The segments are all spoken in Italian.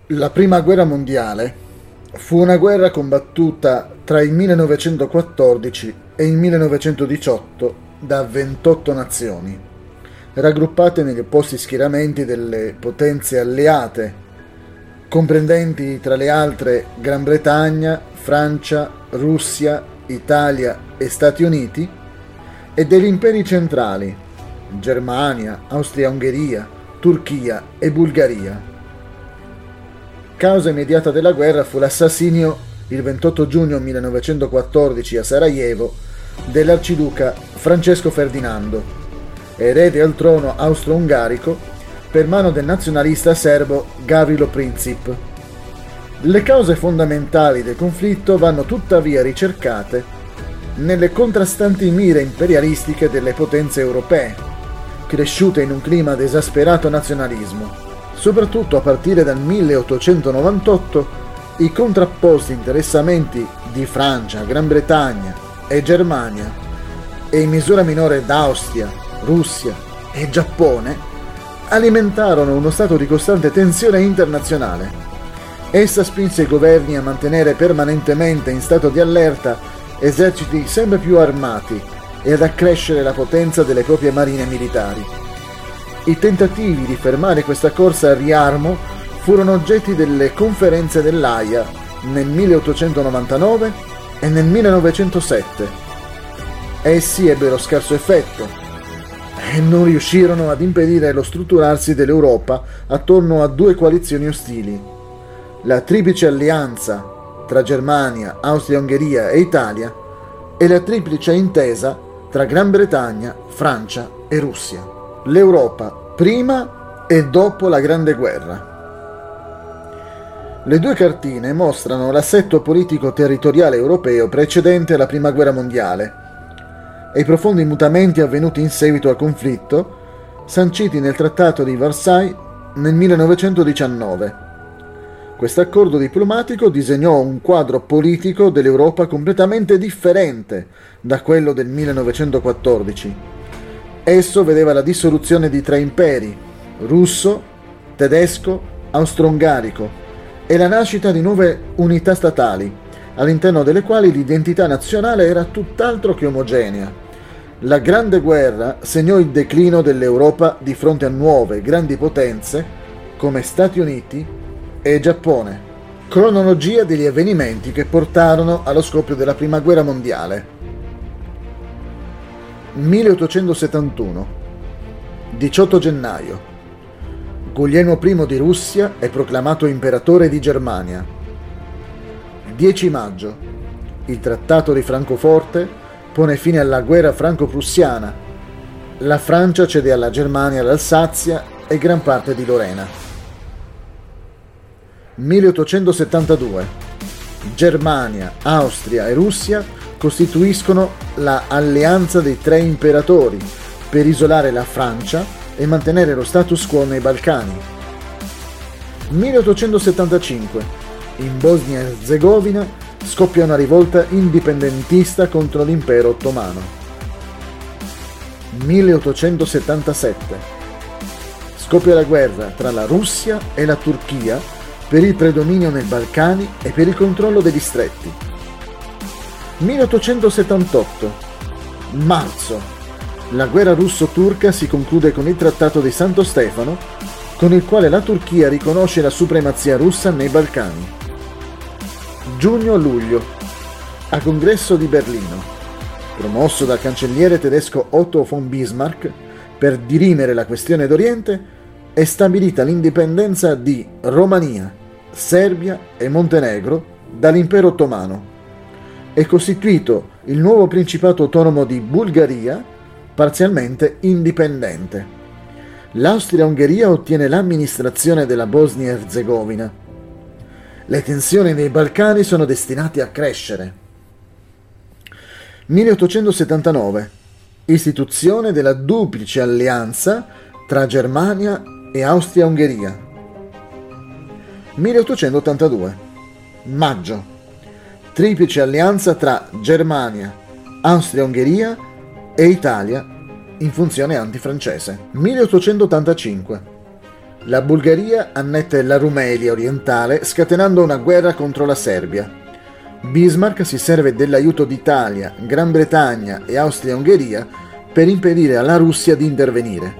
La prima guerra mondiale fu una guerra combattuta tra il 1914 e il 1918 da 28 nazioni, raggruppate negli opposti schieramenti delle potenze alleate, comprendenti tra le altre Gran Bretagna, Francia, Russia, Italia e Stati Uniti, e degli imperi centrali, Germania, Austria-Ungheria, Turchia e Bulgaria. Causa immediata della guerra fu l'assassinio, il 28 giugno 1914 a Sarajevo, dell'arciduca Francesco Ferdinando, erede al trono austro-ungarico per mano del nazionalista serbo Gavrilo Princip. Le cause fondamentali del conflitto vanno tuttavia ricercate nelle contrastanti mire imperialistiche delle potenze europee, cresciute in un clima di esasperato nazionalismo. Soprattutto a partire dal 1898 i contrapposti interessamenti di Francia, Gran Bretagna e Germania, e in misura minore d'Austria, Russia e Giappone, alimentarono uno stato di costante tensione internazionale. Essa spinse i governi a mantenere permanentemente in stato di allerta eserciti sempre più armati e ad accrescere la potenza delle proprie marine militari. I tentativi di fermare questa corsa al riarmo furono oggetti delle conferenze dell'Aia nel 1899 e nel 1907. Essi ebbero scarso effetto e non riuscirono ad impedire lo strutturarsi dell'Europa attorno a due coalizioni ostili: la triplice alleanza tra Germania, Austria-Ungheria e Italia e la triplice intesa tra Gran Bretagna, Francia e Russia. L'Europa prima e dopo la Grande Guerra. Le due cartine mostrano l'assetto politico-territoriale europeo precedente alla Prima Guerra Mondiale e i profondi mutamenti avvenuti in seguito al conflitto, sanciti nel Trattato di Versailles nel 1919. Questo accordo diplomatico disegnò un quadro politico dell'Europa completamente differente da quello del 1914. Esso vedeva la dissoluzione di tre imperi, russo, tedesco, austro-ungarico, e la nascita di nuove unità statali, all'interno delle quali l'identità nazionale era tutt'altro che omogenea. La Grande Guerra segnò il declino dell'Europa di fronte a nuove grandi potenze come Stati Uniti e Giappone. Cronologia degli avvenimenti che portarono allo scoppio della Prima Guerra Mondiale. 1871, 18 gennaio. Guglielmo I di Russia è proclamato imperatore di Germania. 10 maggio. Il Trattato di Francoforte pone fine alla guerra franco-prussiana. La Francia cede alla Germania l'Alsazia e gran parte di Lorena. 1872. Germania, Austria e Russia costituiscono la alleanza dei tre imperatori per isolare la Francia e mantenere lo status quo nei Balcani. 1875. In Bosnia e Erzegovina scoppia una rivolta indipendentista contro l'impero ottomano. 1877. Scoppia la guerra tra la Russia e la Turchia per il predominio nei Balcani e per il controllo degli stretti. 1878. Marzo. La guerra russo-turca si conclude con il Trattato di Santo Stefano, con il quale la Turchia riconosce la supremazia russa nei Balcani. Giugno-luglio. A Congresso di Berlino, promosso dal cancelliere tedesco Otto von Bismarck per dirimere la questione d'Oriente, è stabilita l'indipendenza di Romania, Serbia e Montenegro dall'impero ottomano. È costituito il nuovo Principato autonomo di Bulgaria, parzialmente indipendente. L'Austria-Ungheria ottiene l'amministrazione della Bosnia-Erzegovina. Le tensioni nei Balcani sono destinate a crescere. 1879. Istituzione della duplice alleanza tra Germania e Austria-Ungheria. 1882. Maggio. Triplice alleanza tra Germania, Austria-Ungheria e Italia in funzione antifrancese. 1885. La Bulgaria annette la Rumelia orientale, scatenando una guerra contro la Serbia. Bismarck si serve dell'aiuto d'Italia, Gran Bretagna e Austria-Ungheria per impedire alla Russia di intervenire.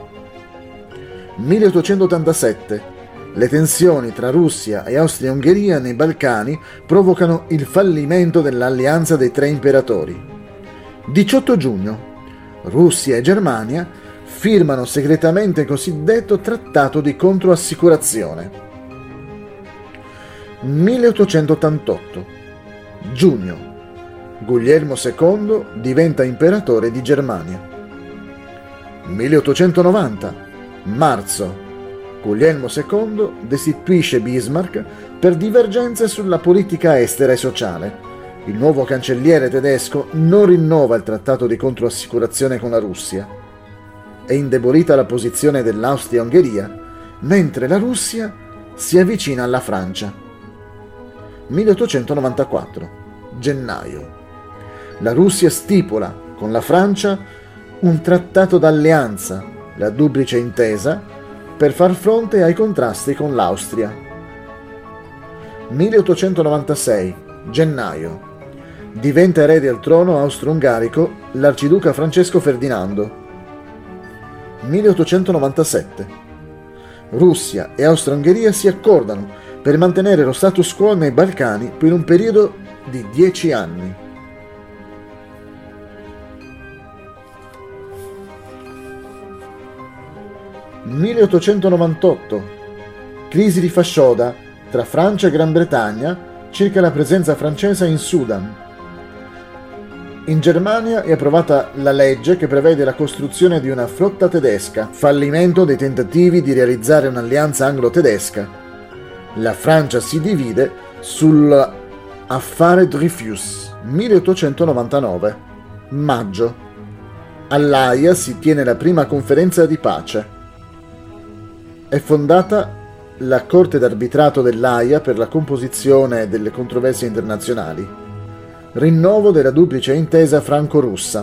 1887. Le tensioni tra Russia e Austria-Ungheria nei Balcani provocano il fallimento dell'alleanza dei tre imperatori. 18 giugno. Russia e Germania firmano segretamente il cosiddetto Trattato di controassicurazione. 1888. Giugno. Guglielmo II diventa imperatore di Germania. 1890. Marzo. Guglielmo II destituisce Bismarck per divergenze sulla politica estera e sociale. Il nuovo cancelliere tedesco non rinnova il trattato di controassicurazione con la Russia. È indebolita la posizione dell'Austria-Ungheria, mentre la Russia si avvicina alla Francia. 1894. Gennaio. La Russia stipula con la Francia un trattato d'alleanza, la duplice intesa, per far fronte ai contrasti con l'Austria. 1896. Gennaio. Diventa erede al trono austro-ungarico l'arciduca Francesco Ferdinando. 1897. Russia e Austria-Ungheria si accordano per mantenere lo status quo nei Balcani per un periodo di 10 anni. 1898. Crisi di Fashoda tra Francia e Gran Bretagna circa la presenza francese in Sudan. In Germania è approvata la legge che prevede la costruzione di una flotta tedesca, fallimento dei tentativi di realizzare un'alleanza anglo-tedesca. La Francia si divide sull'affare Dreyfus. 1899. Maggio. All'Aia si tiene la prima conferenza di pace. È fondata la Corte d'arbitrato dell'Aia per la composizione delle controversie internazionali. Rinnovo della duplice intesa franco-russa.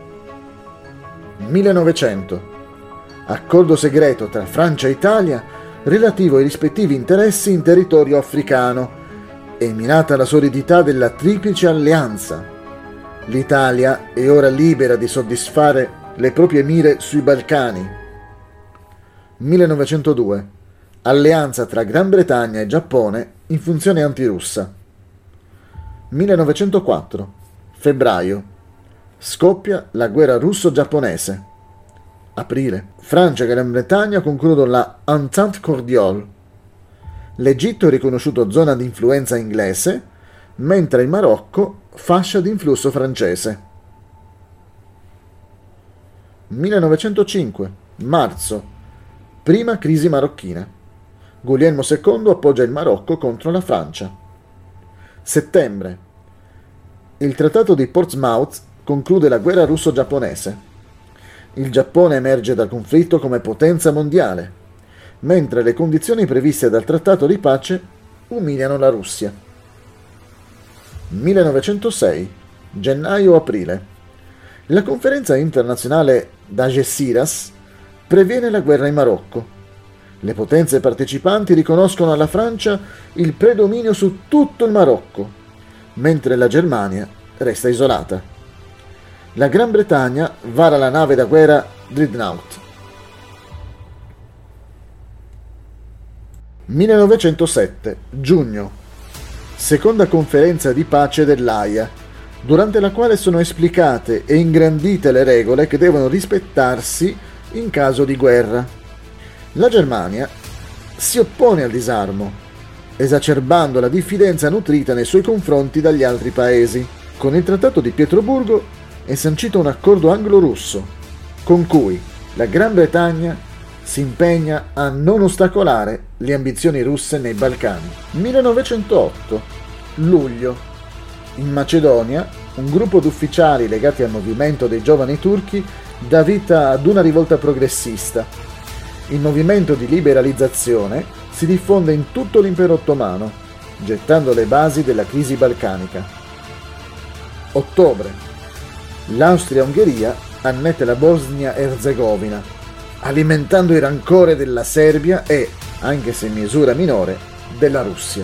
1900. Accordo segreto tra Francia e Italia relativo ai rispettivi interessi in territorio africano. È minata la solidità della triplice alleanza. L'Italia è ora libera di soddisfare le proprie mire sui Balcani. 1902. Alleanza tra Gran Bretagna e Giappone in funzione antirussa. 1904. Febbraio. Scoppia la guerra russo-giapponese. Aprile. Francia e Gran Bretagna concludono la Entente Cordiale. L'Egitto è riconosciuto zona di influenza inglese, mentre il Marocco fascia di influsso francese. 1905. Marzo. Prima crisi marocchina. Guglielmo II appoggia il Marocco contro la Francia. Settembre. Il trattato di Portsmouth conclude la guerra russo-giapponese. Il Giappone emerge dal conflitto come potenza mondiale, mentre le condizioni previste dal trattato di pace umiliano la Russia. 1906. Gennaio-aprile. La conferenza internazionale d'Algeciras previene la guerra in Marocco. Le potenze partecipanti riconoscono alla Francia il predominio su tutto il Marocco, mentre la Germania resta isolata. La Gran Bretagna vara la nave da guerra Dreadnought. 1907. Giugno. Seconda conferenza di pace dell'Aia, durante la quale sono esplicate e ingrandite le regole che devono rispettarsi in caso di guerra. La Germania si oppone al disarmo, esacerbando la diffidenza nutrita nei suoi confronti dagli altri paesi. Con il Trattato di Pietroburgo è sancito un accordo anglo-russo, con cui la Gran Bretagna si impegna a non ostacolare le ambizioni russe nei Balcani. 1908. Luglio. In Macedonia, un gruppo di ufficiali legati al movimento dei giovani turchi dà vita ad una rivolta progressista. Il movimento di liberalizzazione si diffonde in tutto l'impero ottomano, gettando le basi della crisi balcanica. Ottobre. L'Austria-Ungheria annette la Bosnia-Erzegovina. alimentando il rancore della Serbia e, anche se in misura minore, della Russia.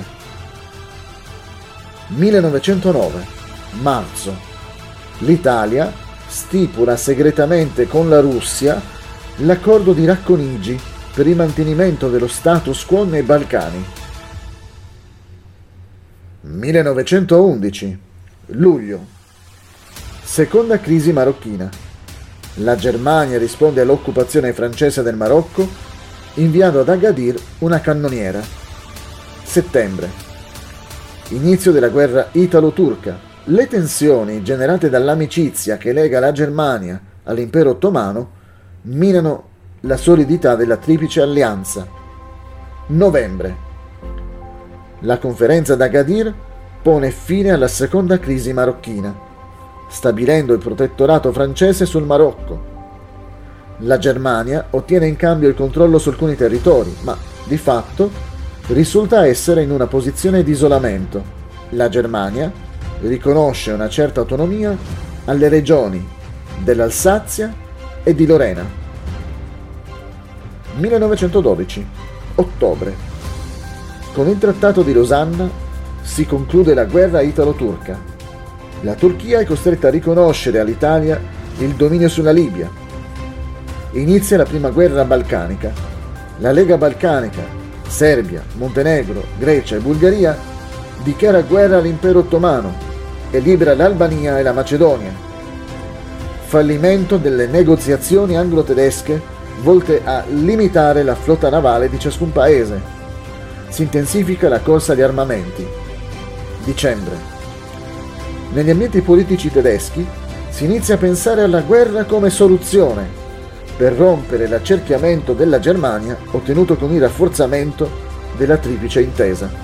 1909. Marzo. L'Italia stipula segretamente con la Russia l'accordo di Racconigi per il mantenimento dello status quo nei Balcani. 1911. Luglio. Seconda crisi marocchina. La Germania risponde all'occupazione francese del Marocco inviando ad Agadir una cannoniera. Settembre. Inizio della guerra italo-turca. Le tensioni generate dall'amicizia che lega la Germania all'impero ottomano minano la solidità della triplice alleanza. Novembre. La conferenza d'Agadir pone fine alla seconda crisi marocchina, stabilendo il protettorato francese sul Marocco. La Germania ottiene in cambio il controllo su alcuni territori, ma di fatto risulta essere in una posizione di isolamento. La Germania riconosce una certa autonomia alle regioni dell'Alsazia e di Lorena. 1912. Ottobre. Con il Trattato di Losanna si conclude la guerra italo-turca. La Turchia è costretta a riconoscere all'Italia il dominio sulla Libia. Inizia la prima guerra balcanica. La Lega Balcanica, Serbia, Montenegro, Grecia e Bulgaria, dichiara guerra all'impero ottomano e libera l'Albania e la Macedonia. Fallimento delle negoziazioni anglo-tedesche volte a limitare la flotta navale di ciascun paese. Si intensifica la corsa agli armamenti. Dicembre. Negli ambienti politici tedeschi si inizia a pensare alla guerra come soluzione per rompere l'accerchiamento della Germania ottenuto con il rafforzamento della triplice intesa.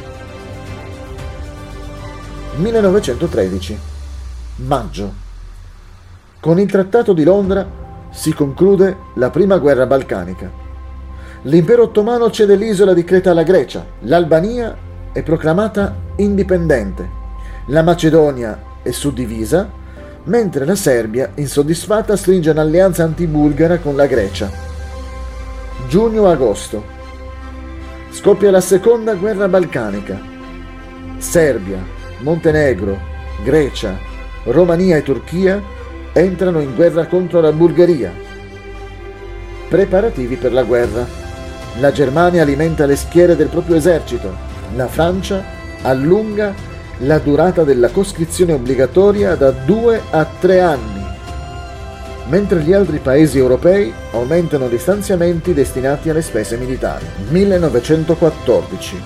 1913. Maggio. Con il Trattato di Londra si conclude la prima guerra balcanica. L'impero ottomano cede l'isola di Creta alla Grecia, l'Albania è proclamata indipendente, la Macedonia è suddivisa, mentre la Serbia, insoddisfatta, stringe un'alleanza antibulgara con la Grecia. Giugno-agosto. Scoppia la seconda guerra balcanica. Serbia, Montenegro, Grecia, Romania e Turchia entrano in guerra contro la Bulgaria. Preparativi per la guerra. La Germania alimenta le schiere del proprio esercito. La Francia allunga la durata della coscrizione obbligatoria da 2 a 3 anni, mentre gli altri paesi europei aumentano gli stanziamenti destinati alle spese militari. 1914.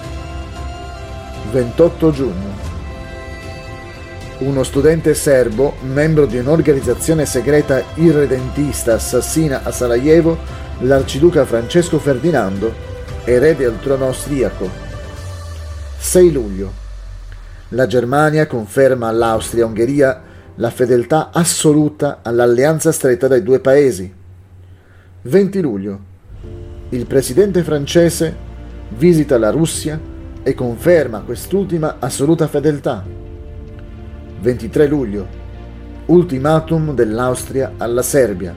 28 giugno. Uno studente serbo, membro di un'organizzazione segreta irredentista, assassina a Sarajevo l'arciduca Francesco Ferdinando, erede al trono austriaco. 6 luglio. La Germania conferma all'Austria-Ungheria la fedeltà assoluta all'alleanza stretta dai due paesi. 20 luglio. Il presidente francese visita la Russia e conferma quest'ultima assoluta fedeltà. 23 luglio. Ultimatum dell'Austria alla Serbia.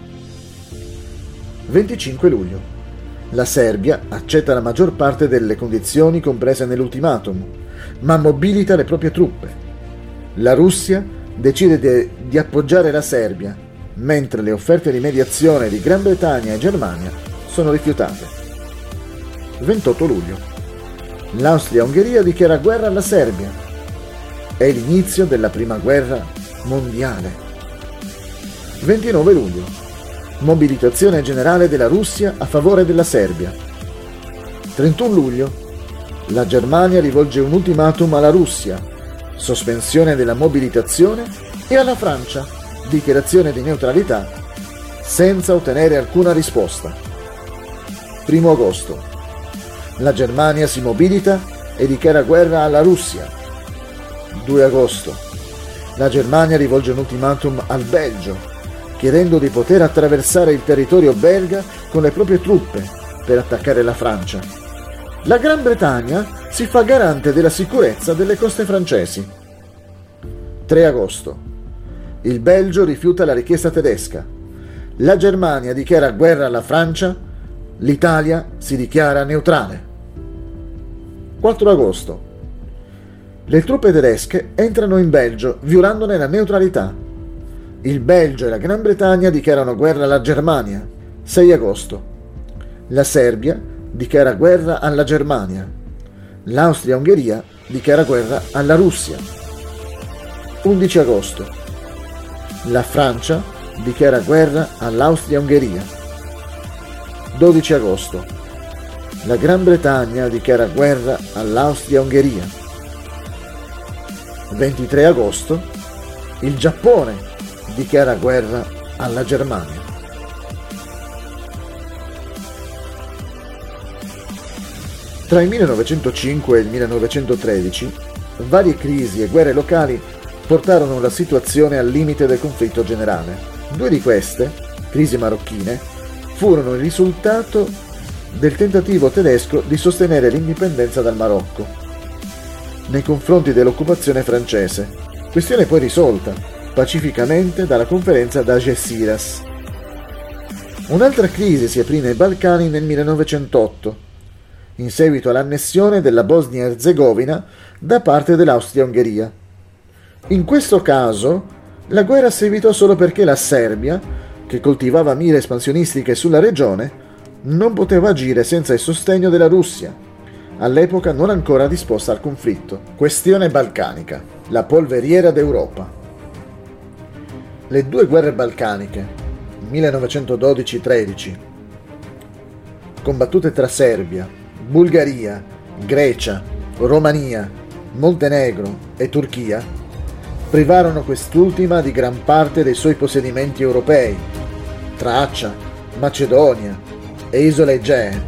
25 luglio. La Serbia accetta la maggior parte delle condizioni comprese nell'ultimatum, ma mobilita le proprie truppe. La Russia decide di appoggiare la Serbia, mentre le offerte di mediazione di Gran Bretagna e Germania sono rifiutate. 28 luglio. L'Austria-Ungheria dichiara guerra alla Serbia. È l'inizio della prima guerra mondiale. 29 luglio. Mobilitazione generale della Russia a favore della Serbia. 31 luglio. La Germania rivolge un ultimatum alla Russia, sospensione della mobilitazione, e alla Francia, dichiarazione di neutralità, senza ottenere alcuna risposta. 1 agosto. La Germania si mobilita e dichiara guerra alla Russia. 2 agosto. La Germania rivolge un ultimatum al Belgio, chiedendo di poter attraversare il territorio belga con le proprie truppe per attaccare la Francia. La Gran Bretagna si fa garante della sicurezza delle coste francesi. 3 agosto. Il Belgio rifiuta la richiesta tedesca. La Germania dichiara guerra alla Francia, l'Italia si dichiara neutrale. 4 agosto. Le truppe tedesche entrano in Belgio violandone la neutralità. Il Belgio e la Gran Bretagna dichiarano guerra alla Germania. 6 agosto. La Serbia dichiara guerra alla Germania. L'Austria-Ungheria dichiara guerra alla Russia. 11 agosto. La Francia dichiara guerra all'Austria-Ungheria. 12 agosto. La Gran Bretagna dichiara guerra all'Austria-Ungheria. 23 agosto. Il Giappone dichiara guerra alla Germania. Tra il 1905 e il 1913, varie crisi e guerre locali portarono la situazione al limite del conflitto generale. 2 di queste, crisi marocchine, furono il risultato del tentativo tedesco di sostenere l'indipendenza dal Marocco nei confronti dell'occupazione francese, questione poi risolta pacificamente dalla conferenza d'Algeciras. Un'altra crisi si aprì nei Balcani nel 1908, in seguito all'annessione della Bosnia-Erzegovina da parte dell'Austria-Ungheria. In questo caso, la guerra seguitò solo perché la Serbia, che coltivava mire espansionistiche sulla regione, non poteva agire senza il sostegno della Russia, all'epoca non ancora disposta al conflitto. Questione balcanica. La polveriera d'Europa. Le 2 guerre balcaniche, 1912-13, combattute tra Serbia, Bulgaria, Grecia, Romania, Montenegro e Turchia, privarono quest'ultima di gran parte dei suoi possedimenti europei, Tracia, Macedonia e isole Egee.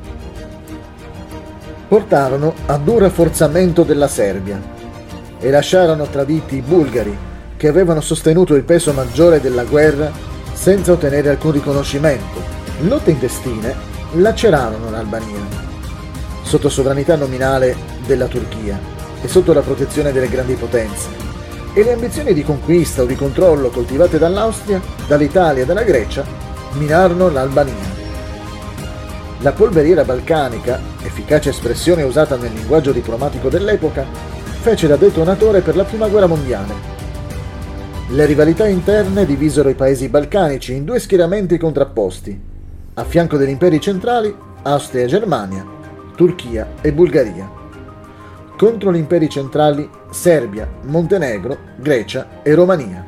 Portarono ad un rafforzamento della Serbia e lasciarono traditi i bulgari, che avevano sostenuto il peso maggiore della guerra senza ottenere alcun riconoscimento. Lotte intestine lacerarono l'Albania, sotto sovranità nominale della Turchia e sotto la protezione delle grandi potenze, e le ambizioni di conquista o di controllo coltivate dall'Austria, dall'Italia e dalla Grecia minarono l'Albania. La polveriera balcanica, efficace espressione usata nel linguaggio diplomatico dell'epoca, fece da detonatore per la Prima Guerra Mondiale. Le rivalità interne divisero i paesi balcanici in 2 schieramenti contrapposti, a fianco degli imperi centrali Austria e Germania, Turchia e Bulgaria. Contro gli imperi centrali Serbia, Montenegro, Grecia e Romania.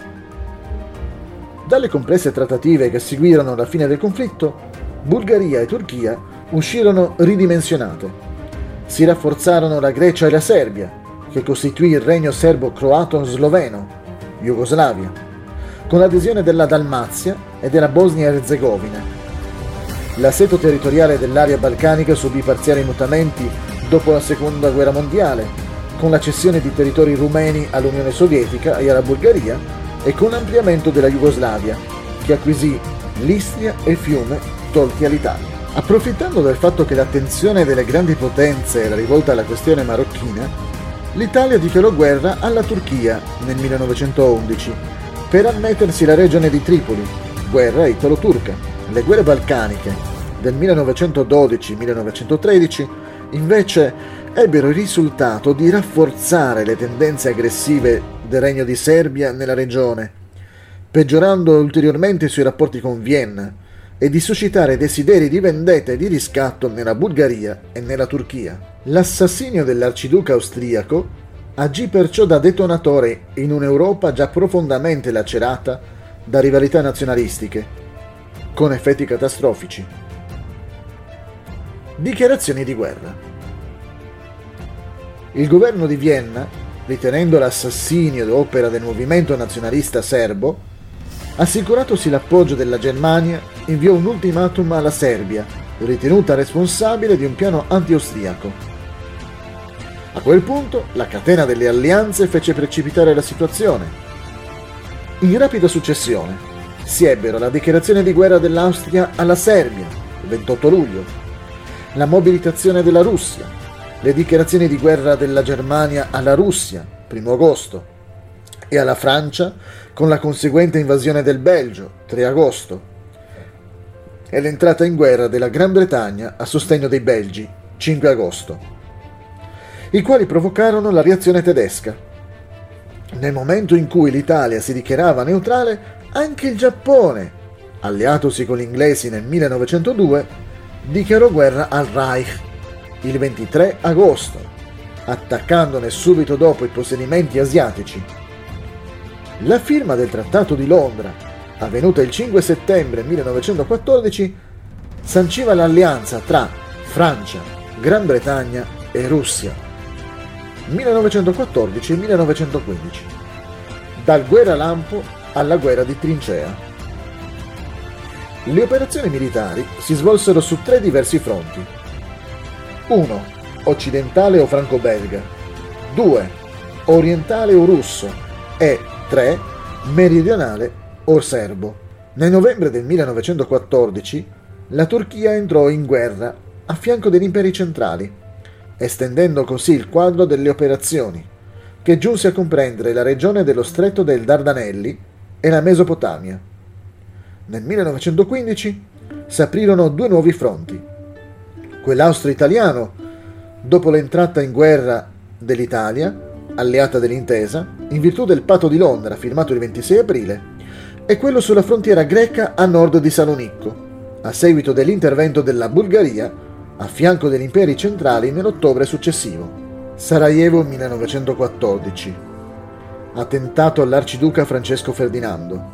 Dalle complesse trattative che seguirono la fine del conflitto, Bulgaria e Turchia uscirono ridimensionate. Si rafforzarono la Grecia e la Serbia, che costituì il regno serbo-croato-sloveno, Jugoslavia, con l'adesione della Dalmazia e della Bosnia-Erzegovina. L'assetto territoriale dell'area balcanica subì parziali mutamenti dopo la Seconda Guerra Mondiale, con la cessione di territori rumeni all'Unione Sovietica e alla Bulgaria e con l'ampliamento della Jugoslavia, che acquisì l'Istria e il Fiume tolti all'Italia. Approfittando del fatto che l'attenzione delle grandi potenze era rivolta alla questione marocchina, l'Italia dichiarò guerra alla Turchia nel 1911 per annettersi la regione di Tripoli, guerra italo-turca. Le guerre balcaniche del 1912-1913 invece ebbero il risultato di rafforzare le tendenze aggressive del Regno di Serbia nella regione, peggiorando ulteriormente i suoi rapporti con Vienna, e di suscitare desideri di vendetta e di riscatto nella Bulgaria e nella Turchia. L'assassinio dell'arciduca austriaco agì perciò da detonatore in un'Europa già profondamente lacerata da rivalità nazionalistiche, con effetti catastrofici. Dichiarazioni di guerra. Il governo di Vienna, ritenendo l'assassinio opera del movimento nazionalista serbo, assicuratosi l'appoggio della Germania, inviò un ultimatum alla Serbia, ritenuta responsabile di un piano anti-austriaco. A quel punto, la catena delle alleanze fece precipitare la situazione. In rapida successione, si ebbero la dichiarazione di guerra dell'Austria alla Serbia, il 28 luglio, la mobilitazione della Russia, le dichiarazioni di guerra della Germania alla Russia, 1 agosto, e alla Francia con la conseguente invasione del Belgio, 3 agosto, e l'entrata in guerra della Gran Bretagna a sostegno dei Belgi, 5 agosto, i quali provocarono la reazione tedesca. Nel momento in cui l'Italia si dichiarava neutrale, anche il Giappone, alleatosi con gli inglesi nel 1902, dichiarò guerra al Reich il 23 agosto, attaccandone subito dopo i possedimenti asiatici. La firma del Trattato di Londra, avvenuta il 5 settembre 1914, sanciva l'alleanza tra Francia, Gran Bretagna e Russia. 1914 e 1915. Dal guerra lampo alla guerra di trincea. Le operazioni militari si svolsero su 3 diversi fronti. 1. Occidentale o franco-belga. 2. Orientale o russo. E 3. Meridionale o serbo. Nel novembre del 1914 la Turchia entrò in guerra a fianco degli imperi centrali, estendendo così il quadro delle operazioni, che giunse a comprendere la regione dello stretto del Dardanelli e la Mesopotamia. Nel 1915 si aprirono 2 nuovi fronti. Quell'austro-italiano, dopo l'entrata in guerra dell'Italia, alleata dell'intesa, in virtù del patto di Londra firmato il 26 aprile, e quello sulla frontiera greca a nord di Salonicco, a seguito dell'intervento della Bulgaria a fianco degli imperi centrali nell'ottobre successivo. Sarajevo 1914. Attentato all'arciduca Francesco Ferdinando.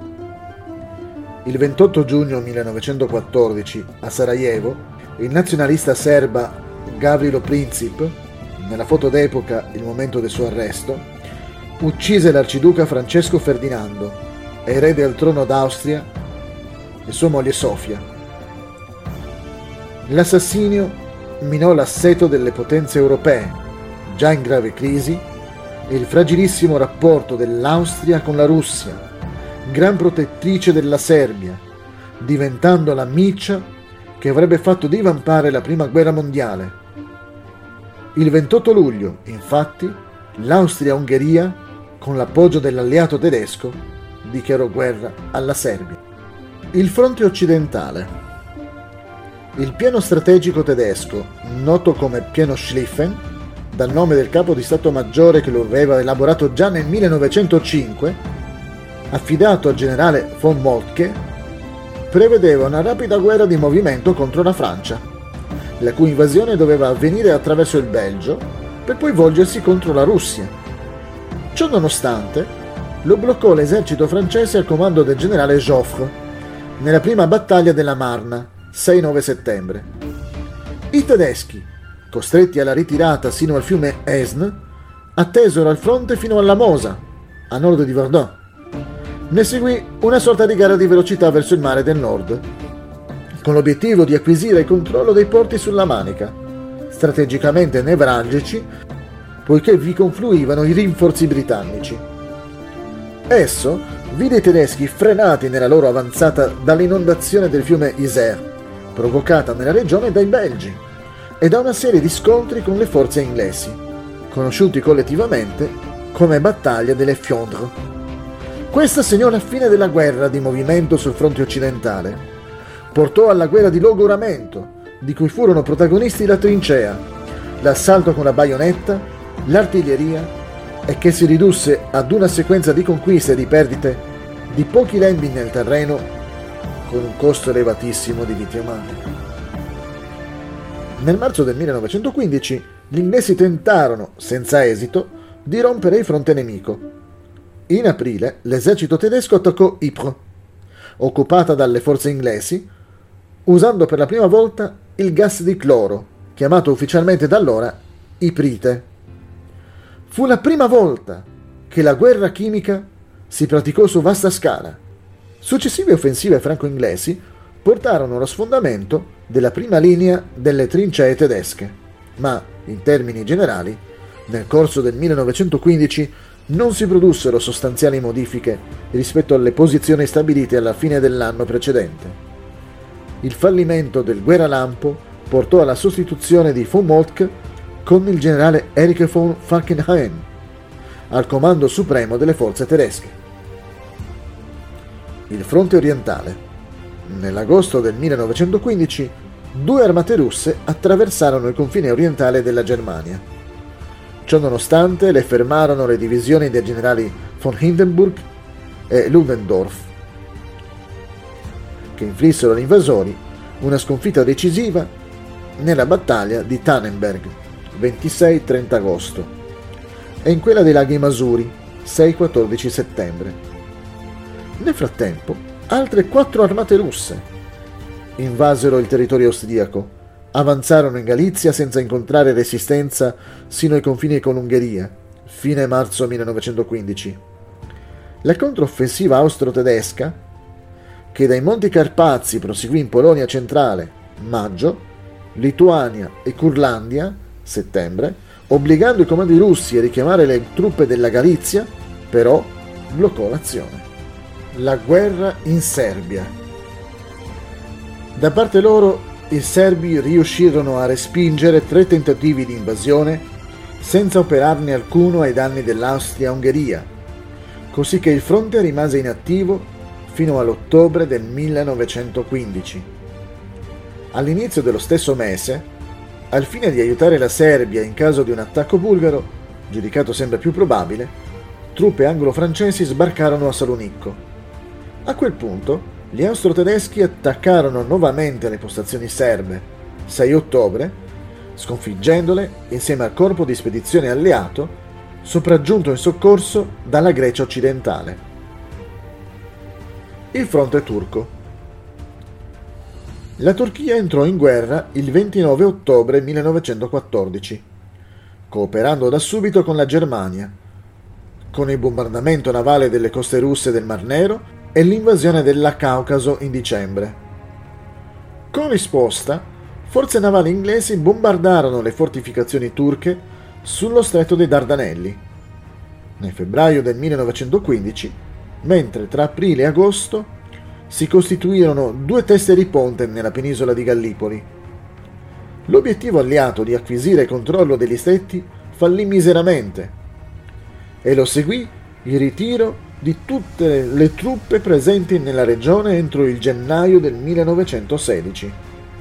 Il 28 giugno 1914 a Sarajevo il nazionalista serba Gavrilo Princip, nella foto d'epoca il momento del suo arresto, uccise l'arciduca Francesco Ferdinando, erede al trono d'Austria, e sua moglie Sofia. L'assassinio minò l'asseto delle potenze europee, già in grave crisi, e il fragilissimo rapporto dell'Austria con la Russia, gran protettrice della Serbia, diventando la miccia che avrebbe fatto divampare la Prima Guerra Mondiale. Il 28 luglio, infatti, l'Austria-Ungheria, con l'appoggio dell'alleato tedesco, dichiarò guerra alla Serbia. Il fronte occidentale. Il piano strategico tedesco, noto come piano Schlieffen, dal nome del capo di Stato Maggiore che lo aveva elaborato già nel 1905, affidato al generale von Moltke, prevedeva una rapida guerra di movimento contro la Francia, la cui invasione doveva avvenire attraverso il Belgio per poi volgersi contro la Russia. Ciò nonostante, lo bloccò l'esercito francese al comando del generale Joffre nella prima battaglia della Marna, 6-9 settembre. I tedeschi, costretti alla ritirata sino al fiume Aisne, attesero al fronte fino alla Mosa, a nord di Verdun. Ne seguì una sorta di gara di velocità verso il mare del nord, con l'obiettivo di acquisire il controllo dei porti sulla Manica, strategicamente nevralgici, poiché vi confluivano i rinforzi britannici. Esso vide i tedeschi frenati nella loro avanzata dall'inondazione del fiume Isère, provocata nella regione dai belgi, e da una serie di scontri con le forze inglesi, conosciuti collettivamente come Battaglia delle Fiondres. Questa segnò la fine della guerra di movimento sul fronte occidentale. Portò alla guerra di logoramento, di cui furono protagonisti la trincea, l'assalto con la baionetta, l'artiglieria, e che si ridusse ad una sequenza di conquiste e di perdite di pochi lembi nel terreno, con un costo elevatissimo di vite umane. Nel marzo del 1915 gli inglesi tentarono, senza esito, di rompere il fronte nemico. In aprile l'esercito tedesco attaccò Ypres, occupata dalle forze inglesi, usando per la prima volta il gas di cloro, chiamato ufficialmente da allora iprite. Fu la prima volta che la guerra chimica si praticò su vasta scala. Successive offensive franco-inglesi portarono allo sfondamento della prima linea delle trincee tedesche, ma, in termini generali, nel corso del 1915 non si produssero sostanziali modifiche rispetto alle posizioni stabilite alla fine dell'anno precedente. Il fallimento del guerra lampo portò alla sostituzione di von Moltke con il generale Erich von Falkenhayn, al comando supremo delle forze tedesche. Il fronte orientale. Nell'agosto del 1915, 2 armate russe attraversarono il confine orientale della Germania. Ciò nonostante, le fermarono le divisioni dei generali von Hindenburg e Ludendorff, che inflissero agli invasori una sconfitta decisiva nella battaglia di Tannenberg, 26-30 agosto, e in quella dei laghi Masuri, 6-14 settembre. Nel frattempo, altre 4 armate russe invasero il territorio austriaco, avanzarono in Galizia senza incontrare resistenza sino ai confini con l'Ungheria, fine marzo 1915. La controffensiva austro-tedesca, che dai Monti Carpazi proseguì in Polonia centrale, maggio, Lituania e Curlandia, settembre, obbligando i comandi russi a richiamare le truppe della Galizia, però bloccò l'azione. La guerra in Serbia. Da parte loro, i serbi riuscirono a respingere 3 tentativi di invasione senza operarne alcuno ai danni dell'Austria-Ungheria, così che il fronte rimase inattivo fino all'ottobre del 1915. All'inizio dello stesso mese, al fine di aiutare la Serbia in caso di un attacco bulgaro, giudicato sempre più probabile, truppe anglo-francesi sbarcarono a Salonicco. A quel punto, gli austro-tedeschi attaccarono nuovamente le postazioni serbe, 6 ottobre, sconfiggendole insieme al corpo di spedizione alleato, sopraggiunto in soccorso dalla Grecia occidentale. Il fronte turco. La Turchia entrò in guerra il 29 ottobre 1914, cooperando da subito con la Germania, con il bombardamento navale delle coste russe del Mar Nero e l'invasione della Caucaso in dicembre. Con risposta, forze navali inglesi bombardarono le fortificazioni turche sullo stretto dei Dardanelli nel febbraio del 1915, mentre tra aprile e agosto si costituirono 2 teste di ponte nella penisola di Gallipoli. L'obiettivo alleato di acquisire controllo degli stretti fallì miseramente e lo seguì il ritiro di tutte le truppe presenti nella regione entro il gennaio del 1916.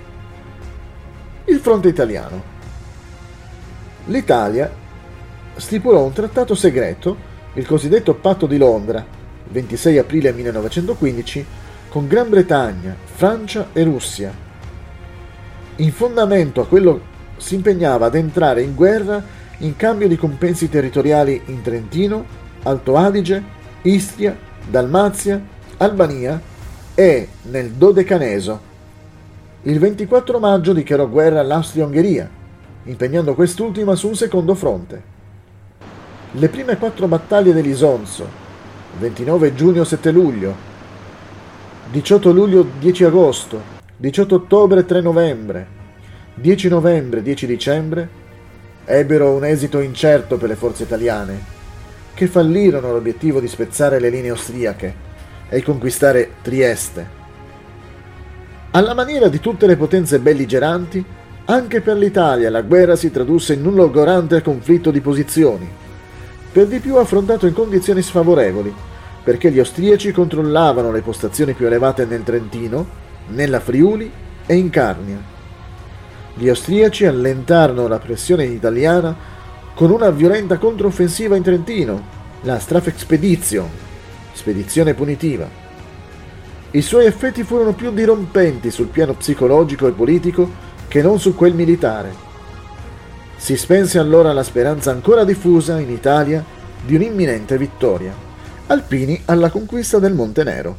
Il fronte italiano. L'Italia stipulò un trattato segreto, il cosiddetto Patto di Londra, 26 aprile 1915, con Gran Bretagna, Francia e Russia. In fondamento a quello si impegnava ad entrare in guerra in cambio di compensi territoriali in Trentino, Alto Adige, Istria, Dalmazia, Albania e nel Dodecaneso. Il 24 maggio dichiarò guerra all'Austria-Ungheria, impegnando quest'ultima su un secondo fronte. Le prime 4 battaglie dell'Isonzo, 29 giugno-7 luglio, 18 luglio-10 agosto, 18 ottobre-3 novembre, 10 novembre-10 dicembre, ebbero un esito incerto per le forze italiane, che fallirono l'obiettivo di spezzare le linee austriache e conquistare Trieste. Alla maniera di tutte le potenze belligeranti, anche per l'Italia la guerra si tradusse in un logorante conflitto di posizioni, per di più affrontato in condizioni sfavorevoli, perché gli austriaci controllavano le postazioni più elevate nel Trentino, nella Friuli e in Carnia. Gli austriaci allentarono la pressione italiana con una violenta controffensiva in Trentino, la Strafexpedition, spedizione punitiva. I suoi effetti furono più dirompenti sul piano psicologico e politico che non su quel militare. Si spense allora la speranza ancora diffusa in Italia di un'imminente vittoria, alpini alla conquista del Monte Nero.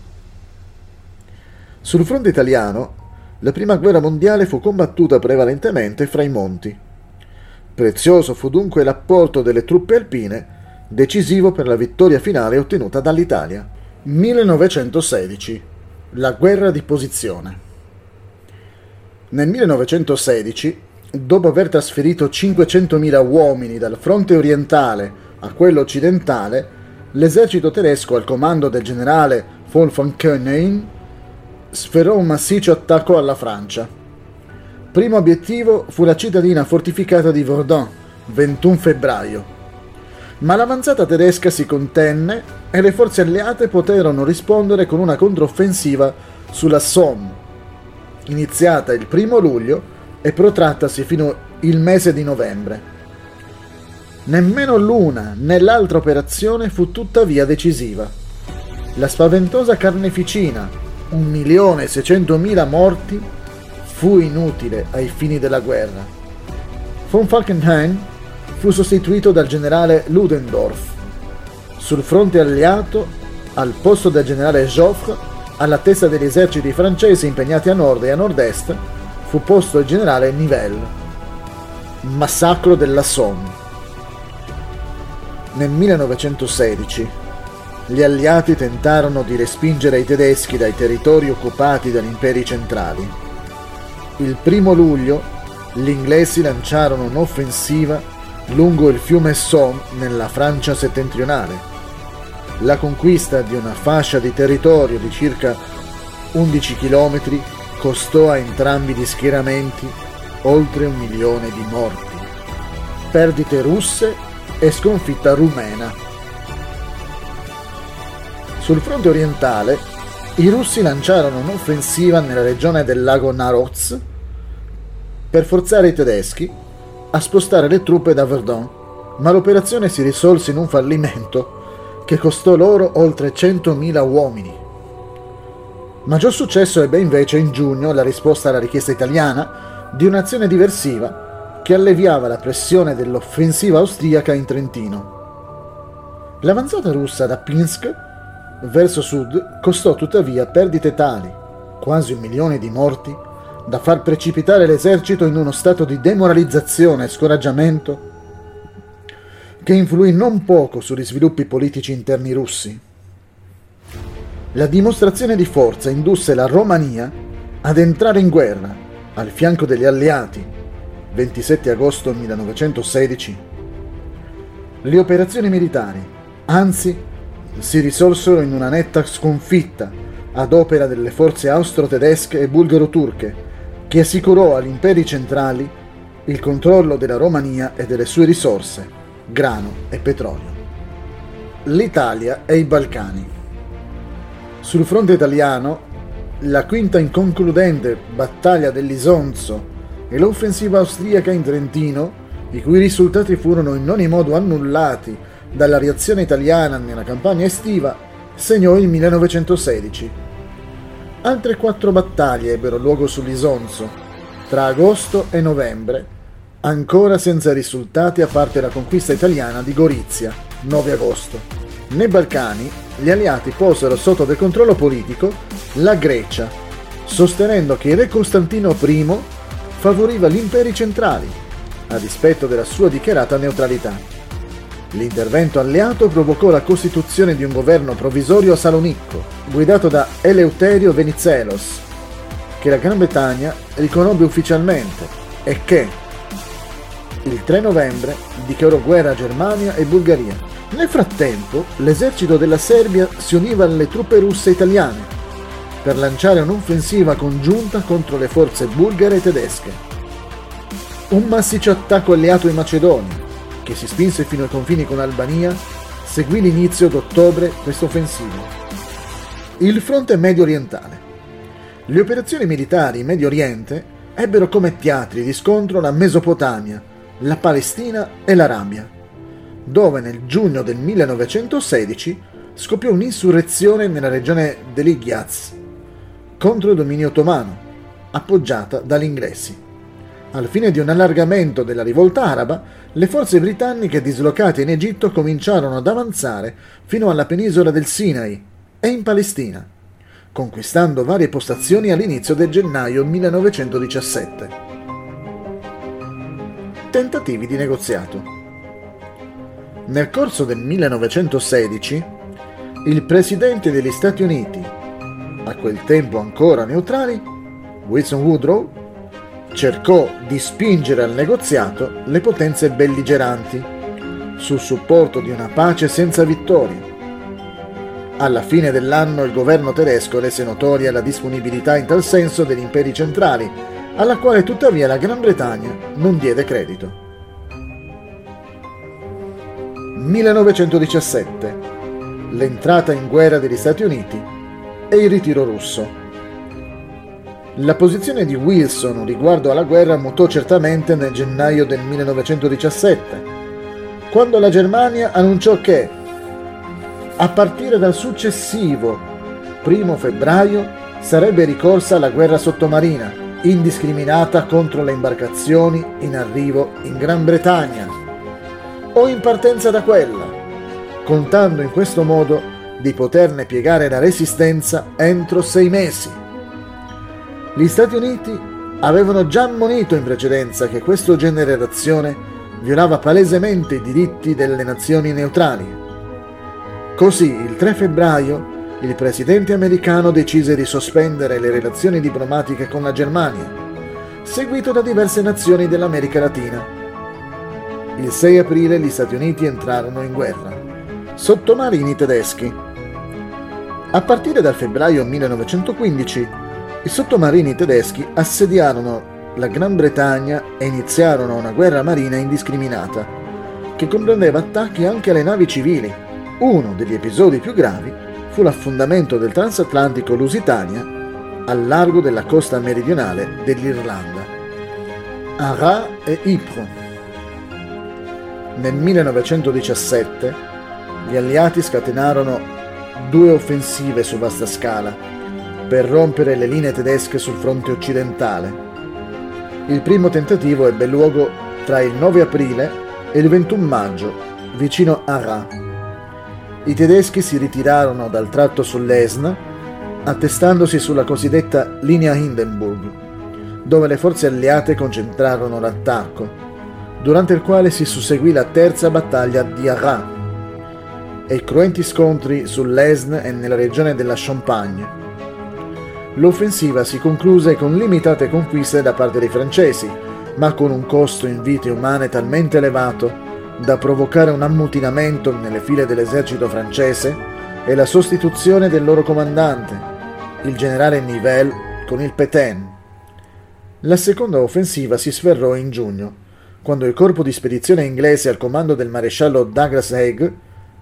Sul fronte italiano, la prima guerra mondiale fu combattuta prevalentemente fra i monti. Prezioso fu dunque l'apporto delle truppe alpine, decisivo per la vittoria finale ottenuta dall'Italia. 1916. La guerra di posizione. Nel 1916, dopo aver trasferito 500.000 uomini dal fronte orientale a quello occidentale, l'esercito tedesco al comando del generale von Falkenhayn sferrò un massiccio attacco alla Francia. Primo obiettivo fu la cittadina fortificata di Verdun, 21 febbraio. Ma l'avanzata tedesca si contenne e le forze alleate poterono rispondere con una controffensiva sulla Somme, iniziata il 1° luglio e protrattasi fino il mese di novembre. Nemmeno l'una né l'altra operazione fu tuttavia decisiva. La spaventosa carneficina, 1.600.000 morti, fu inutile ai fini della guerra. Von Falkenhayn fu sostituito dal generale Ludendorff. Sul fronte alleato, al posto del generale Joffre, alla testa degli eserciti francesi impegnati a nord e a nord-est, fu posto il generale Nivelle. Massacro della Somme. Nel 1916 gli alleati tentarono di respingere i tedeschi dai territori occupati dagli imperi centrali. Il 1° luglio gli inglesi lanciarono un'offensiva lungo il fiume Somme nella Francia settentrionale. La conquista di una fascia di territorio di circa 11 km costò a entrambi gli schieramenti oltre 1 milione di morti, perdite russe e sconfitta rumena. Sul fronte orientale, i russi lanciarono un'offensiva nella regione del lago Naroz per forzare i tedeschi a spostare le truppe da Verdun, ma l'operazione si risolse in un fallimento che costò loro oltre 100.000 uomini. Maggior successo ebbe invece in giugno la risposta alla richiesta italiana di un'azione diversiva che alleviava la pressione dell'offensiva austriaca in Trentino. L'avanzata russa da Pinsk verso sud costò tuttavia perdite tali, quasi 1 milione di morti, da far precipitare l'esercito in uno stato di demoralizzazione e scoraggiamento che influì non poco sugli sviluppi politici interni russi. La dimostrazione di forza indusse la Romania ad entrare in guerra al fianco degli alleati 27 agosto 1916. Le operazioni militari, anzi, si risolsero in una netta sconfitta ad opera delle forze austro-tedesche e bulgaro-turche, che assicurò agli imperi centrali il controllo della Romania e delle sue risorse, grano e petrolio. L'Italia e i Balcani. Sul fronte italiano, la quinta inconcludente battaglia dell'Isonzo e l'offensiva austriaca in Trentino, i cui risultati furono in ogni modo annullati dalla reazione italiana nella campagna estiva, segnò il 1916. Altre 4 battaglie ebbero luogo sull'Isonzo, tra agosto e novembre, ancora senza risultati a parte la conquista italiana di Gorizia, 9 agosto. Nei Balcani, gli alleati posero sotto del controllo politico la Grecia, sostenendo che il re Costantino I favoriva gli imperi centrali, a dispetto della sua dichiarata neutralità. L'intervento alleato provocò la costituzione di un governo provvisorio a Salonicco, guidato da Eleuterio Venizelos, che la Gran Bretagna riconobbe ufficialmente e che, il 3 novembre, dichiarò guerra a Germania e Bulgaria. Nel frattempo, l'esercito della Serbia si univa alle truppe russe e italiane per lanciare un'offensiva congiunta contro le forze bulgare e tedesche. Un massiccio attacco alleato in Macedonia, che si spinse fino ai confini con l'Albania, seguì l'inizio d'ottobre questa offensiva. Il fronte medio orientale. Le operazioni militari in Medio Oriente ebbero come teatri di scontro la Mesopotamia, la Palestina e l'Arabia, dove nel giugno del 1916 scoppiò un'insurrezione nella regione dell'Hijaz contro il dominio ottomano, appoggiata dagli inglesi. Al fine di un allargamento della rivolta araba, le forze britanniche dislocate in Egitto cominciarono ad avanzare fino alla penisola del Sinai e in Palestina, conquistando varie postazioni all'inizio del gennaio 1917. Tentativi di negoziato. Nel corso del 1916, il presidente degli Stati Uniti, a quel tempo ancora neutrali, Wilson Woodrow, cercò di spingere al negoziato le potenze belligeranti, sul supporto di una pace senza vittorie. Alla fine dell'anno il governo tedesco rese notoria la disponibilità in tal senso degli imperi centrali, alla quale tuttavia la Gran Bretagna non diede credito. 1917. L'entrata in guerra degli Stati Uniti e il ritiro russo. La posizione di Wilson riguardo alla guerra mutò certamente nel gennaio del 1917, quando la Germania annunciò che, a partire dal successivo 1 febbraio, sarebbe ricorsa alla guerra sottomarina, indiscriminata contro le imbarcazioni in arrivo in Gran Bretagna o in partenza da quella, contando in questo modo di poterne piegare la resistenza entro 6 mesi. Gli Stati Uniti avevano già ammonito in precedenza che questo genere d'azione violava palesemente i diritti delle nazioni neutrali. Così, il 3 febbraio, il presidente americano decise di sospendere le relazioni diplomatiche con la Germania, seguito da diverse nazioni dell'America Latina. Il 6 aprile gli Stati Uniti entrarono in guerra. Sottomarini tedeschi. A partire dal febbraio 1915, i sottomarini tedeschi assediarono la Gran Bretagna e iniziarono una guerra marina indiscriminata, che comprendeva attacchi anche alle navi civili. Uno degli episodi più gravi fu l'affondamento del transatlantico Lusitania al largo della costa meridionale dell'Irlanda. Arras e Ypres. Nel 1917 gli alleati scatenarono 2 offensive su vasta scala per rompere le linee tedesche sul fronte occidentale. Il primo tentativo ebbe luogo tra il 9 aprile e il 21 maggio, vicino Arras. I tedeschi si ritirarono dal tratto sull'Aisne, attestandosi sulla cosiddetta linea Hindenburg, dove le forze alleate concentrarono l'attacco, durante il quale si susseguì la terza battaglia di Arras e i cruenti scontri sull'Aisne e nella regione della Champagne. L'offensiva si concluse con limitate conquiste da parte dei francesi, ma con un costo in vite umane talmente elevato da provocare un ammutinamento nelle file dell'esercito francese e la sostituzione del loro comandante, il generale Nivelle, con il Pétain. La seconda offensiva si sferrò in giugno, quando il corpo di spedizione inglese al comando del maresciallo Douglas Haig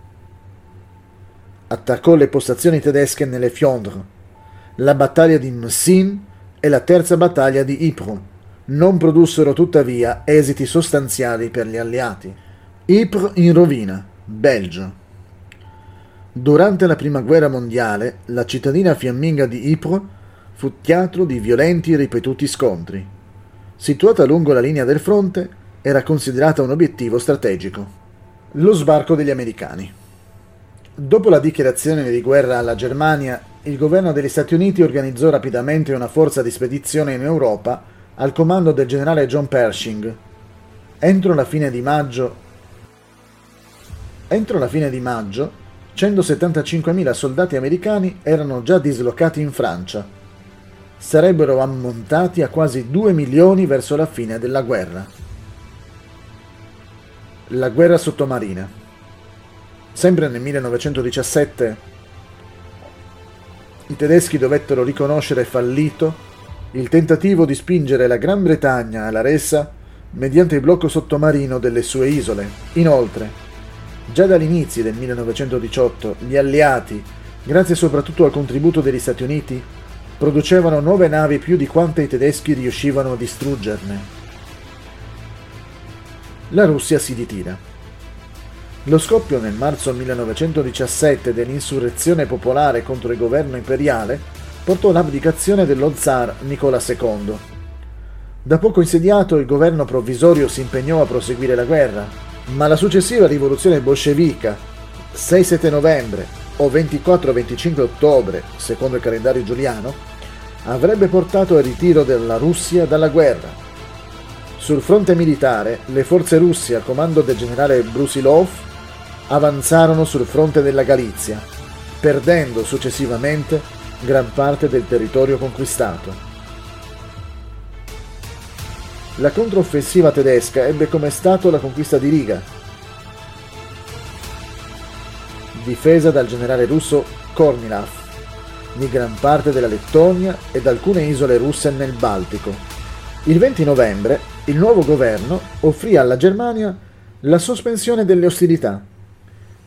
attaccò le postazioni tedesche nelle Fiondre. La battaglia di Messines e la terza battaglia di Ypres non produssero tuttavia esiti sostanziali per gli alleati. Ypres in rovina, Belgio. Durante la Prima Guerra Mondiale, la cittadina fiamminga di Ypres fu teatro di violenti e ripetuti scontri. Situata lungo la linea del fronte, era considerata un obiettivo strategico. Lo sbarco degli americani. Dopo la dichiarazione di guerra alla Germania, il governo degli Stati Uniti organizzò rapidamente una forza di spedizione in Europa al comando del generale John Pershing. Entro la fine di maggio, 175.000 soldati americani erano già dislocati in Francia. Sarebbero ammontati a quasi 2 milioni verso la fine della guerra. La guerra sottomarina. Sempre nel 1917 i tedeschi dovettero riconoscere fallito il tentativo di spingere la Gran Bretagna alla resa mediante il blocco sottomarino delle sue isole. Inoltre, già dagli inizi del 1918, gli alleati, grazie soprattutto al contributo degli Stati Uniti, producevano nuove navi più di quante i tedeschi riuscivano a distruggerne. La Russia si ritira. Lo scoppio nel marzo 1917 dell'insurrezione popolare contro il governo imperiale portò all'abdicazione dello zar Nicola II. Da poco insediato, il governo provvisorio si impegnò a proseguire la guerra, ma la successiva rivoluzione bolscevica, 6-7 novembre o 24-25 ottobre, secondo il calendario giuliano, avrebbe portato al ritiro della Russia dalla guerra. Sul fronte militare, le forze russe a comando del generale Brusilov avanzarono sul fronte della Galizia, perdendo successivamente gran parte del territorio conquistato. La controffensiva tedesca ebbe come stato la conquista di Riga, difesa dal generale russo Kornilov, di gran parte della Lettonia e da alcune isole russe nel Baltico. Il 20 novembre il nuovo governo offrì alla Germania la sospensione delle ostilità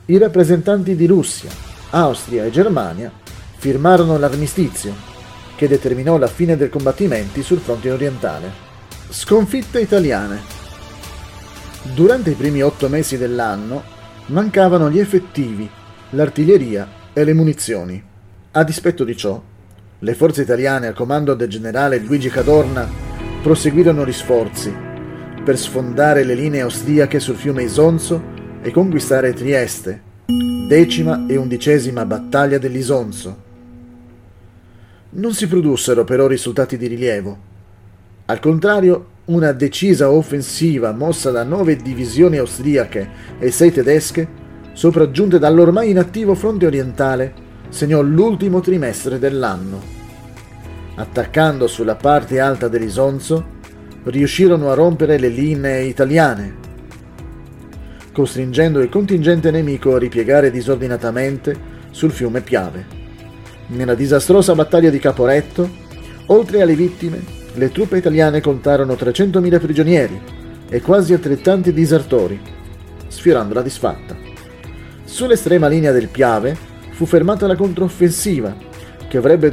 i rappresentanti di Russia, Austria e Germania firmarono l'armistizio, che determinò la fine dei combattimenti sul fronte orientale. Sconfitte italiane. Durante i primi 8 mesi dell'anno mancavano gli effettivi, l'artiglieria e le munizioni. A dispetto di ciò, le forze italiane a comando del generale Luigi Cadorna proseguirono gli sforzi per sfondare le linee austriache sul fiume Isonzo e conquistare Trieste, 10ª e 11ª battaglia dell'Isonzo. Non si produssero però risultati di rilievo. Al contrario, una decisa offensiva mossa da 9 divisioni austriache e 6 tedesche, sopraggiunte dall'ormai inattivo fronte orientale, segnò l'ultimo trimestre dell'anno. Attaccando sulla parte alta dell'Isonzo, riuscirono a rompere le linee italiane, costringendo il contingente nemico a ripiegare disordinatamente sul fiume Piave. Nella disastrosa battaglia di Caporetto, oltre alle vittime, le truppe italiane contarono 300.000 prigionieri e quasi altrettanti disertori, sfiorando la disfatta. Sull'estrema linea del Piave fu fermata la controffensiva che avrebbe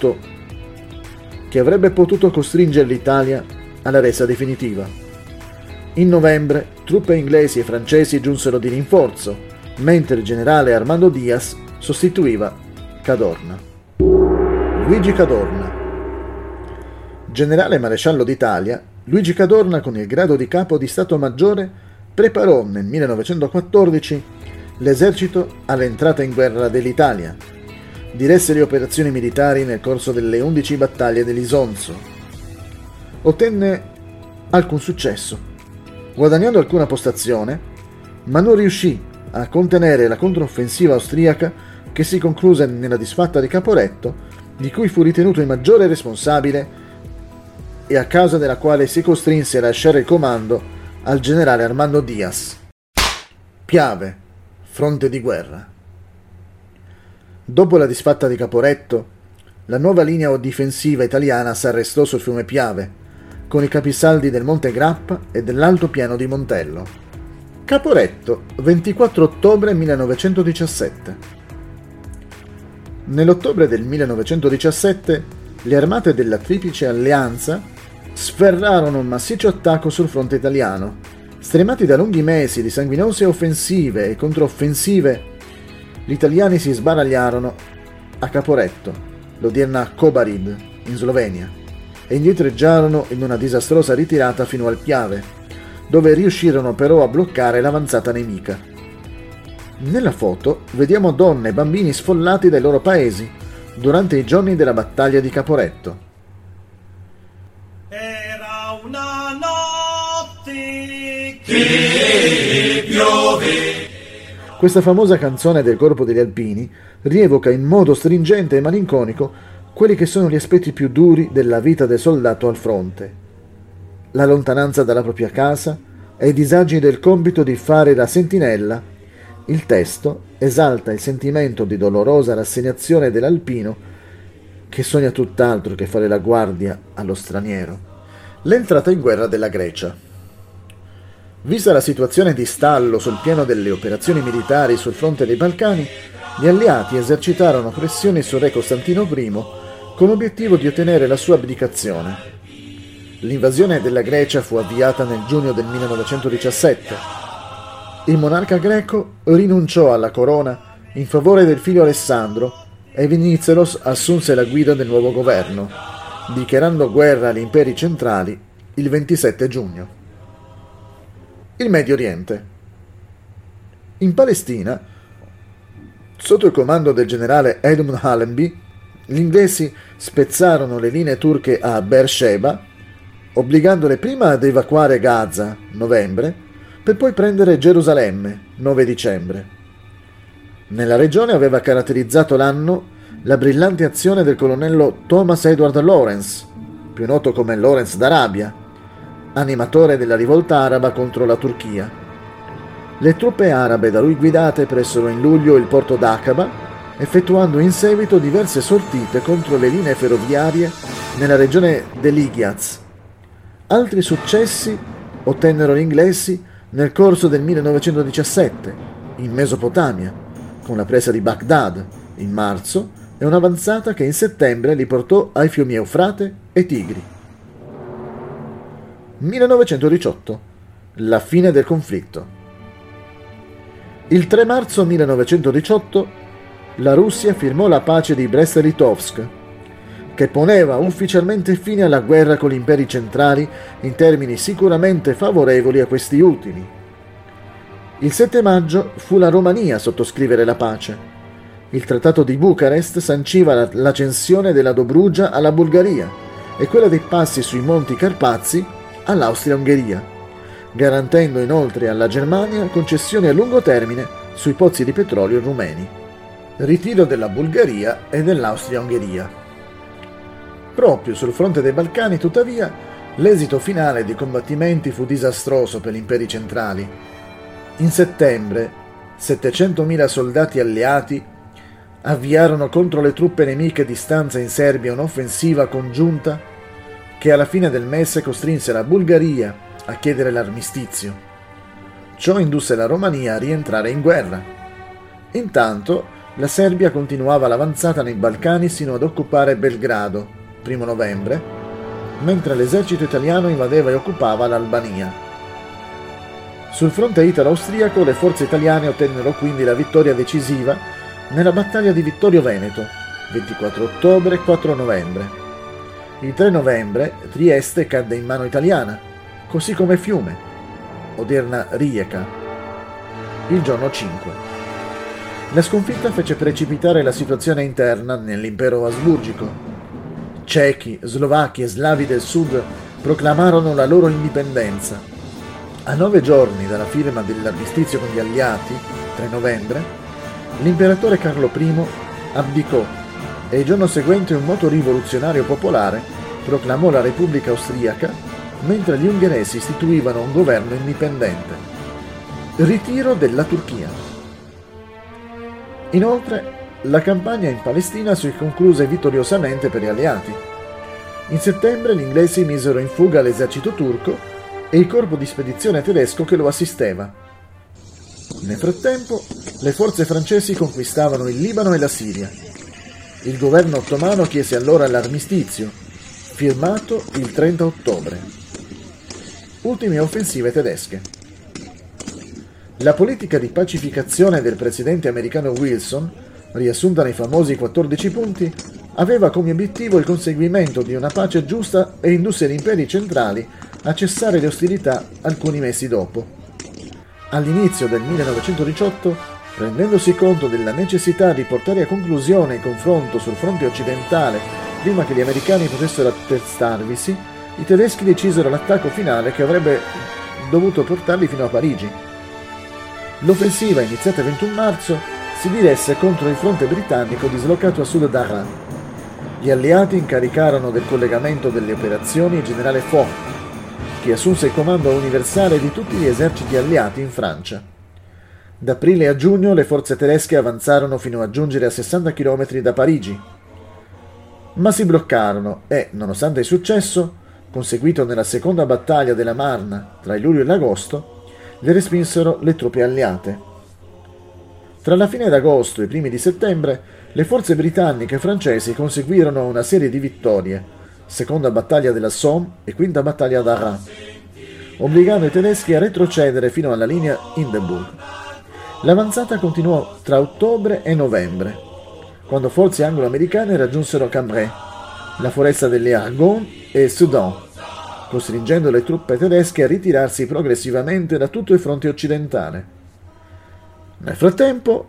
potuto costringere l'Italia alla resa definitiva. In novembre, truppe inglesi e francesi giunsero di rinforzo, mentre il generale Armando Diaz sostituiva Cadorna. Luigi Cadorna. Generale maresciallo d'Italia, Luigi Cadorna, con il grado di capo di Stato Maggiore, preparò nel 1914 l'esercito all'entrata in guerra dell'Italia. Diresse le operazioni militari nel corso delle 11 battaglie dell'Isonzo. Ottenne alcun successo, guadagnando alcuna postazione, ma non riuscì a contenere la controffensiva austriaca che si concluse nella disfatta di Caporetto, di cui fu ritenuto il maggiore responsabile e a causa della quale si costrinse a lasciare il comando al generale Armando Diaz. Piave, fronte di guerra. Dopo la disfatta di Caporetto, la nuova linea difensiva italiana s'arrestò sul fiume Piave, con i capisaldi del Monte Grappa e dell'Alto Piano di Montello. Caporetto, 24 ottobre 1917. Nell'ottobre del 1917 le armate della Triplice Alleanza sferrarono un massiccio attacco sul fronte italiano. Stremati da lunghi mesi di sanguinose offensive e controffensive, gli italiani si sbaragliarono a Caporetto, l'odierna Kobarid, in Slovenia, e indietreggiarono in una disastrosa ritirata fino al Piave, dove riuscirono però a bloccare l'avanzata nemica. Nella foto vediamo donne e bambini sfollati dai loro paesi durante i giorni della battaglia di Caporetto. Era una notte che piove. Questa famosa canzone del Corpo degli Alpini rievoca in modo stringente e malinconico quelli che sono gli aspetti più duri della vita del soldato al fronte. La lontananza dalla propria casa e i disagi del compito di fare la sentinella. Il testo esalta il sentimento di dolorosa rassegnazione dell'alpino che sogna tutt'altro che fare la guardia allo straniero. L'entrata in guerra della Grecia. Vista la situazione di stallo sul piano delle operazioni militari sul fronte dei Balcani, gli alleati esercitarono pressioni sul re Costantino I con l'obiettivo di ottenere la sua abdicazione. L'invasione della Grecia fu avviata nel giugno del 1917. Il monarca greco rinunciò alla corona in favore del figlio Alessandro e Venizelos assunse la guida del nuovo governo, dichiarando guerra agli imperi centrali il 27 giugno. Il Medio Oriente. In Palestina, sotto il comando del generale Edmund Allenby, gli inglesi spezzarono le linee turche a Beersheba, obbligandole prima ad evacuare Gaza, novembre, per poi prendere Gerusalemme, 9 dicembre. Nella regione aveva caratterizzato l'anno la brillante azione del colonnello Thomas Edward Lawrence, più noto come Lawrence d'Arabia, animatore della rivolta araba contro la Turchia. Le truppe arabe da lui guidate presero in luglio il porto d'Aqaba, effettuando in seguito diverse sortite contro le linee ferroviarie nella regione dell'Hijaz. Altri successi ottennero gli inglesi nel corso del 1917, in Mesopotamia, con la presa di Baghdad in marzo e un'avanzata che in settembre li portò ai fiumi Eufrate e Tigri. 1918. La fine del conflitto. Il 3 marzo 1918 la Russia firmò la pace di Brest-Litovsk, che poneva ufficialmente fine alla guerra con gli imperi centrali in termini sicuramente favorevoli a questi ultimi. Il 7 maggio fu la Romania a sottoscrivere la pace. Il Trattato di Bucarest sanciva la cessione della Dobrugia alla Bulgaria e quella dei passi sui Monti Carpazi all'Austria-Ungheria, garantendo inoltre alla Germania concessioni a lungo termine sui pozzi di petrolio rumeni. Ritiro della Bulgaria e dell'Austria-Ungheria. Proprio sul fronte dei Balcani, tuttavia, l'esito finale dei combattimenti fu disastroso per gli imperi centrali. In settembre, 700.000 soldati alleati avviarono contro le truppe nemiche di stanza in Serbia un'offensiva congiunta che alla fine del mese costrinse la Bulgaria a chiedere l'armistizio. Ciò indusse la Romania a rientrare in guerra. Intanto, la Serbia continuava l'avanzata nei Balcani sino ad occupare Belgrado, 1 novembre, mentre l'esercito italiano invadeva e occupava l'Albania. Sul fronte italo-austriaco le forze italiane ottennero quindi la vittoria decisiva nella battaglia di Vittorio Veneto, 24 ottobre e 4 novembre. Il 3 novembre Trieste cadde in mano italiana, così come Fiume, odierna Rijeka, il giorno 5. La sconfitta fece precipitare la situazione interna nell'impero asburgico. Cechi, slovacchi e slavi del sud proclamarono la loro indipendenza. A 9 giorni dalla firma dell'armistizio con gli alleati, 3 novembre, l'imperatore Carlo I abdicò e il giorno seguente un moto rivoluzionario popolare proclamò la Repubblica Austriaca, mentre gli ungheresi istituivano un governo indipendente. Ritiro della Turchia. Inoltre, la campagna in Palestina si concluse vittoriosamente per gli alleati. In settembre gli inglesi misero in fuga l'esercito turco e il corpo di spedizione tedesco che lo assisteva. Nel frattempo, le forze francesi conquistavano il Libano e la Siria. Il governo ottomano chiese allora l'armistizio, firmato il 30 ottobre. Ultime offensive tedesche. La politica di pacificazione del presidente americano Wilson, riassunta nei famosi 14 punti, aveva come obiettivo il conseguimento di una pace giusta e indusse gli imperi centrali a cessare le ostilità alcuni mesi dopo. All'inizio del 1918, rendendosi conto della necessità di portare a conclusione il confronto sul fronte occidentale prima che gli americani potessero attestarvisi, i tedeschi decisero l'attacco finale che avrebbe dovuto portarli fino a Parigi. L'offensiva, iniziata il 21 marzo, si diresse contro il fronte britannico dislocato a sud d'Arras. Gli alleati incaricarono del collegamento delle operazioni il generale Foch, che assunse il comando universale di tutti gli eserciti alleati in Francia. Da aprile a giugno le forze tedesche avanzarono fino a giungere a 60 km da Parigi, ma si bloccarono e, nonostante il successo conseguito nella seconda battaglia della Marne tra il luglio e l'agosto, le respinsero le truppe alleate. Tra la fine d'agosto e i primi di settembre, le forze britanniche e francesi conseguirono una serie di vittorie, seconda battaglia della Somme e quinta battaglia d'Arras, obbligando i tedeschi a retrocedere fino alla linea Hindenburg. L'avanzata continuò tra ottobre e novembre, quando forze anglo-americane raggiunsero Cambrai, la foresta delle Argonne e Sedan, costringendo le truppe tedesche a ritirarsi progressivamente da tutto il fronte occidentale. Nel frattempo,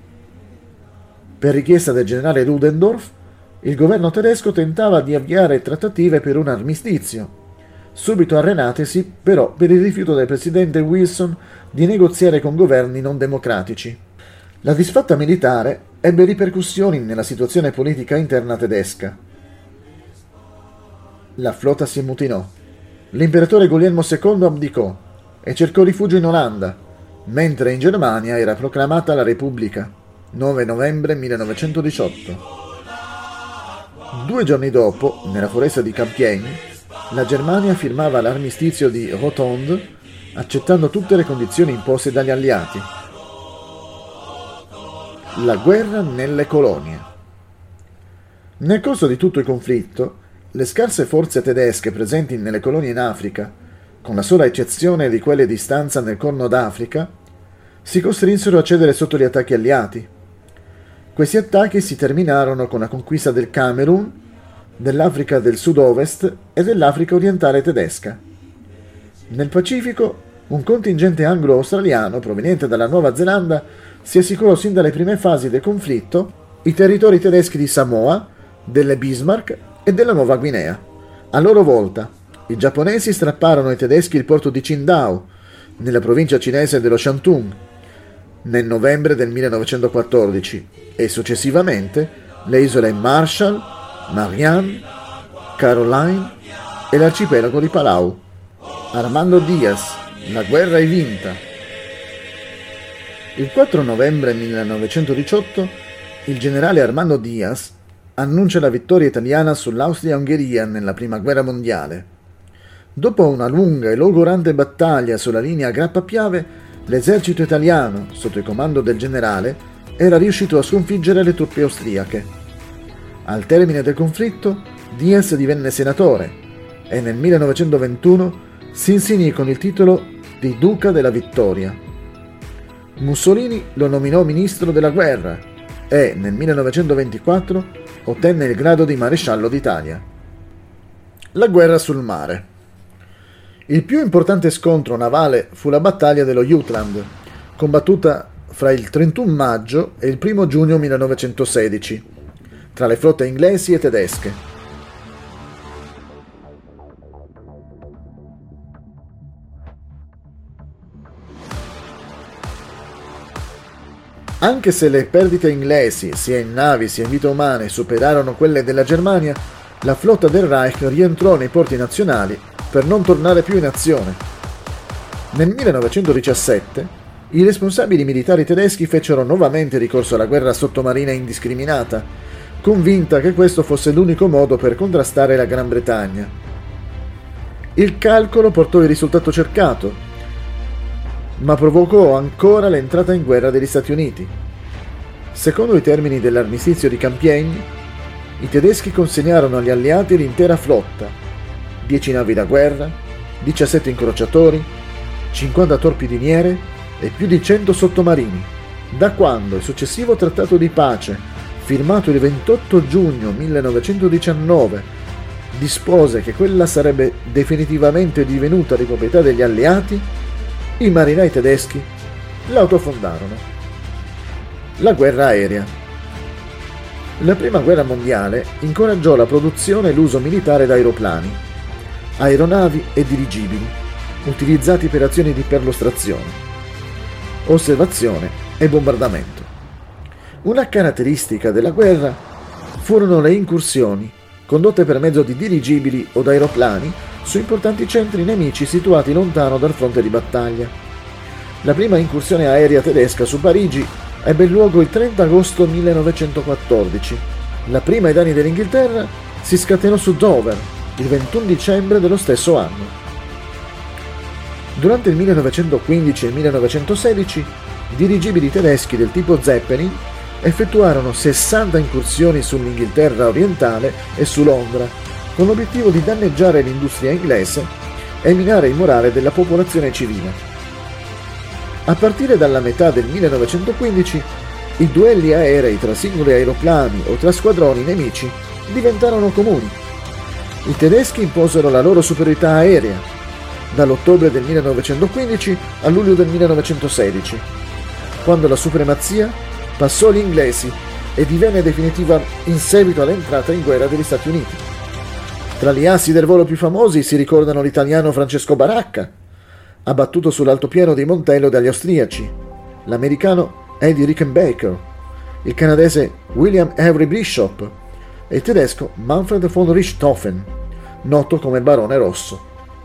per richiesta del generale Ludendorff, il governo tedesco tentava di avviare trattative per un armistizio, subito arenatesi però per il rifiuto del presidente Wilson di negoziare con governi non democratici. La disfatta militare ebbe ripercussioni nella situazione politica interna tedesca. La flotta si ammutinò. L'imperatore Guglielmo II abdicò e cercò rifugio in Olanda, mentre in Germania era proclamata la Repubblica, 9 novembre 1918. 2 giorni dopo, nella foresta di Compiègne, la Germania firmava l'armistizio di Rotonde, accettando tutte le condizioni imposte dagli alleati. La guerra nelle colonie. Nel corso di tutto il conflitto, le scarse forze tedesche presenti nelle colonie in Africa, con la sola eccezione di quelle di stanza nel Corno d'Africa, si costrinsero a cedere sotto gli attacchi alleati. Questi attacchi si terminarono con la conquista del Camerun, dell'Africa del Sud-Ovest e dell'Africa orientale tedesca. Nel Pacifico, un contingente anglo-australiano proveniente dalla Nuova Zelanda si assicurò sin dalle prime fasi del conflitto i territori tedeschi di Samoa, delle Bismarck e della Nuova Guinea. A loro volta, i giapponesi strapparono ai tedeschi il porto di Qingdao, nella provincia cinese dello Shantung, nel novembre del 1914 e successivamente le isole Marshall, Marianne, Caroline e l'arcipelago di Palau. Armando Diaz, la guerra è vinta. Il 4 novembre 1918 il generale Armando Diaz annuncia la vittoria italiana sull'Austria-Ungheria nella Prima Guerra Mondiale. Dopo una lunga e logorante battaglia sulla linea Grappa-Piave, l'esercito italiano, sotto il comando del generale, era riuscito a sconfiggere le truppe austriache. Al termine del conflitto, Diaz divenne senatore e nel 1921 si insignì con il titolo di Duca della Vittoria. Mussolini lo nominò ministro della guerra e nel 1924 ottenne il grado di maresciallo d'Italia. La guerra sul mare. Il più importante scontro navale fu la battaglia dello Jutland, combattuta fra il 31 maggio e il 1 giugno 1916, tra le flotte inglesi e tedesche. Anche se le perdite inglesi, sia in navi sia in vite umane, superarono quelle della Germania, la flotta del Reich rientrò nei porti nazionali per non tornare più in azione. Nel 1917 i responsabili militari tedeschi fecero nuovamente ricorso alla guerra sottomarina indiscriminata, convinta che questo fosse l'unico modo per contrastare la Gran Bretagna. Il calcolo portò il risultato cercato, ma provocò ancora l'entrata in guerra degli Stati Uniti. Secondo i termini dell'armistizio di Compiègne, i tedeschi consegnarono agli alleati l'intera flotta, 10 navi da guerra, 17 incrociatori, 50 torpediniere e più di 100 sottomarini, da quando il successivo trattato di pace, firmato il 28 giugno 1919, dispose che quella sarebbe definitivamente divenuta di proprietà degli alleati, i marinai tedeschi l'autofondarono. La guerra aerea. La prima guerra mondiale incoraggiò la produzione e l'uso militare di aeroplani, aeronavi e dirigibili, utilizzati per azioni di perlustrazione, osservazione e bombardamento. Una caratteristica della guerra furono le incursioni, condotte per mezzo di dirigibili o di aeroplani, su importanti centri nemici situati lontano dal fronte di battaglia. La prima incursione aerea tedesca su Parigi ebbe luogo il 30 agosto 1914. La prima ai danni dell'Inghilterra si scatenò su Dover il 21 dicembre dello stesso anno. Durante il 1915 e il 1916, dirigibili tedeschi del tipo Zeppelin effettuarono 60 incursioni sull'Inghilterra orientale e su Londra, con l'obiettivo di danneggiare l'industria inglese e minare il morale della popolazione civile. A partire dalla metà del 1915, i duelli aerei tra singoli aeroplani o tra squadroni nemici diventarono comuni. I tedeschi imposero la loro superiorità aerea, dall'ottobre del 1915 a luglio del 1916, quando la supremazia passò agli inglesi e divenne definitiva in seguito all'entrata in guerra degli Stati Uniti. Tra gli assi del volo più famosi si ricordano l'italiano Francesco Baracca, abbattuto sull'altopiano di Montello dagli austriaci, l'americano Eddie Rickenbacker, il canadese William Avery Bishop e il tedesco Manfred von Richthofen, noto come Barone Rosso.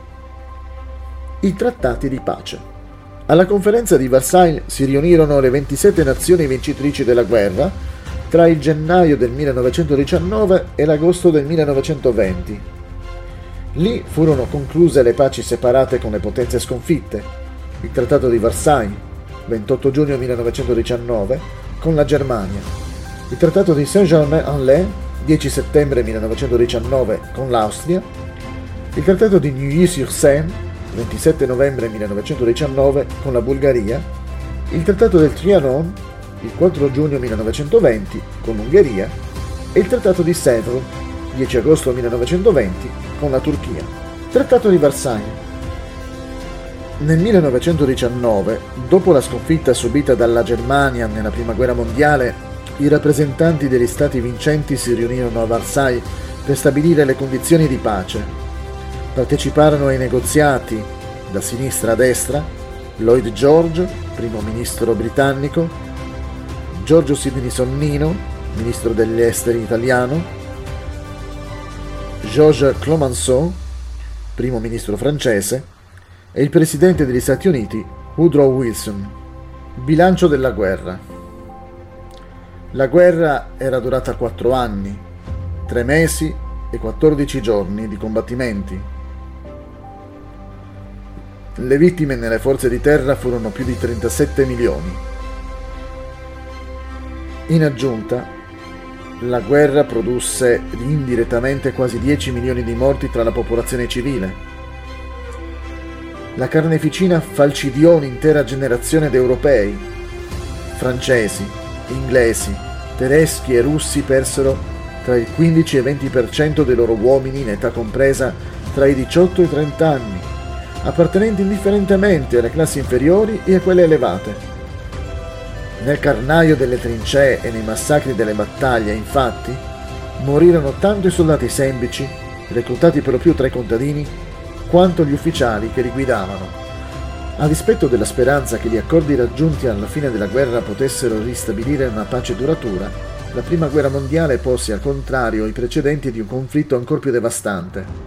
I trattati di pace. Alla conferenza di Versailles si riunirono le 27 nazioni vincitrici della guerra tra il gennaio del 1919 e l'agosto del 1920. Lì furono concluse le paci separate con le potenze sconfitte, il Trattato di Versailles, 28 giugno 1919, con la Germania, il Trattato di Saint-Germain-en-Laye, 10 settembre 1919, con l'Austria, il Trattato di Neuilly-sur-Seine, 27 novembre 1919, con la Bulgaria, il Trattato del Trianon, il 4 giugno 1920, con l'Ungheria, e il Trattato di Sèvres, 10 agosto 1920, con la Turchia. Trattato di Varsavia. Nel 1919, dopo la sconfitta subita dalla Germania nella Prima Guerra Mondiale, i rappresentanti degli stati vincenti si riunirono a Versailles per stabilire le condizioni di pace. Parteciparono ai negoziati, da sinistra a destra, Lloyd George, primo ministro britannico, Giorgio Sidney Sonnino, ministro degli esteri italiano, Georges Clemenceau, primo ministro francese, e il presidente degli Stati Uniti, Woodrow Wilson. Bilancio della guerra. La guerra era durata 4 anni, 3 mesi e 14 giorni di combattimenti. Le vittime nelle forze di terra furono più di 37 milioni. In aggiunta, la guerra produsse indirettamente quasi 10 milioni di morti tra la popolazione civile. La carneficina falcidiò un'intera generazione di europei. Francesi, inglesi, tedeschi e russi persero tra il 15 e il 20% dei loro uomini in età compresa tra i 18 e i 30 anni, appartenenti indifferentemente alle classi inferiori e a quelle elevate. Nel carnaio delle trincee e nei massacri delle battaglie, infatti, morirono tanto i soldati semplici, reclutati per lo più tra i contadini, quanto gli ufficiali che li guidavano. A dispetto della speranza che gli accordi raggiunti alla fine della guerra potessero ristabilire una pace duratura, la Prima Guerra Mondiale pose al contrario i precedenti di un conflitto ancor più devastante.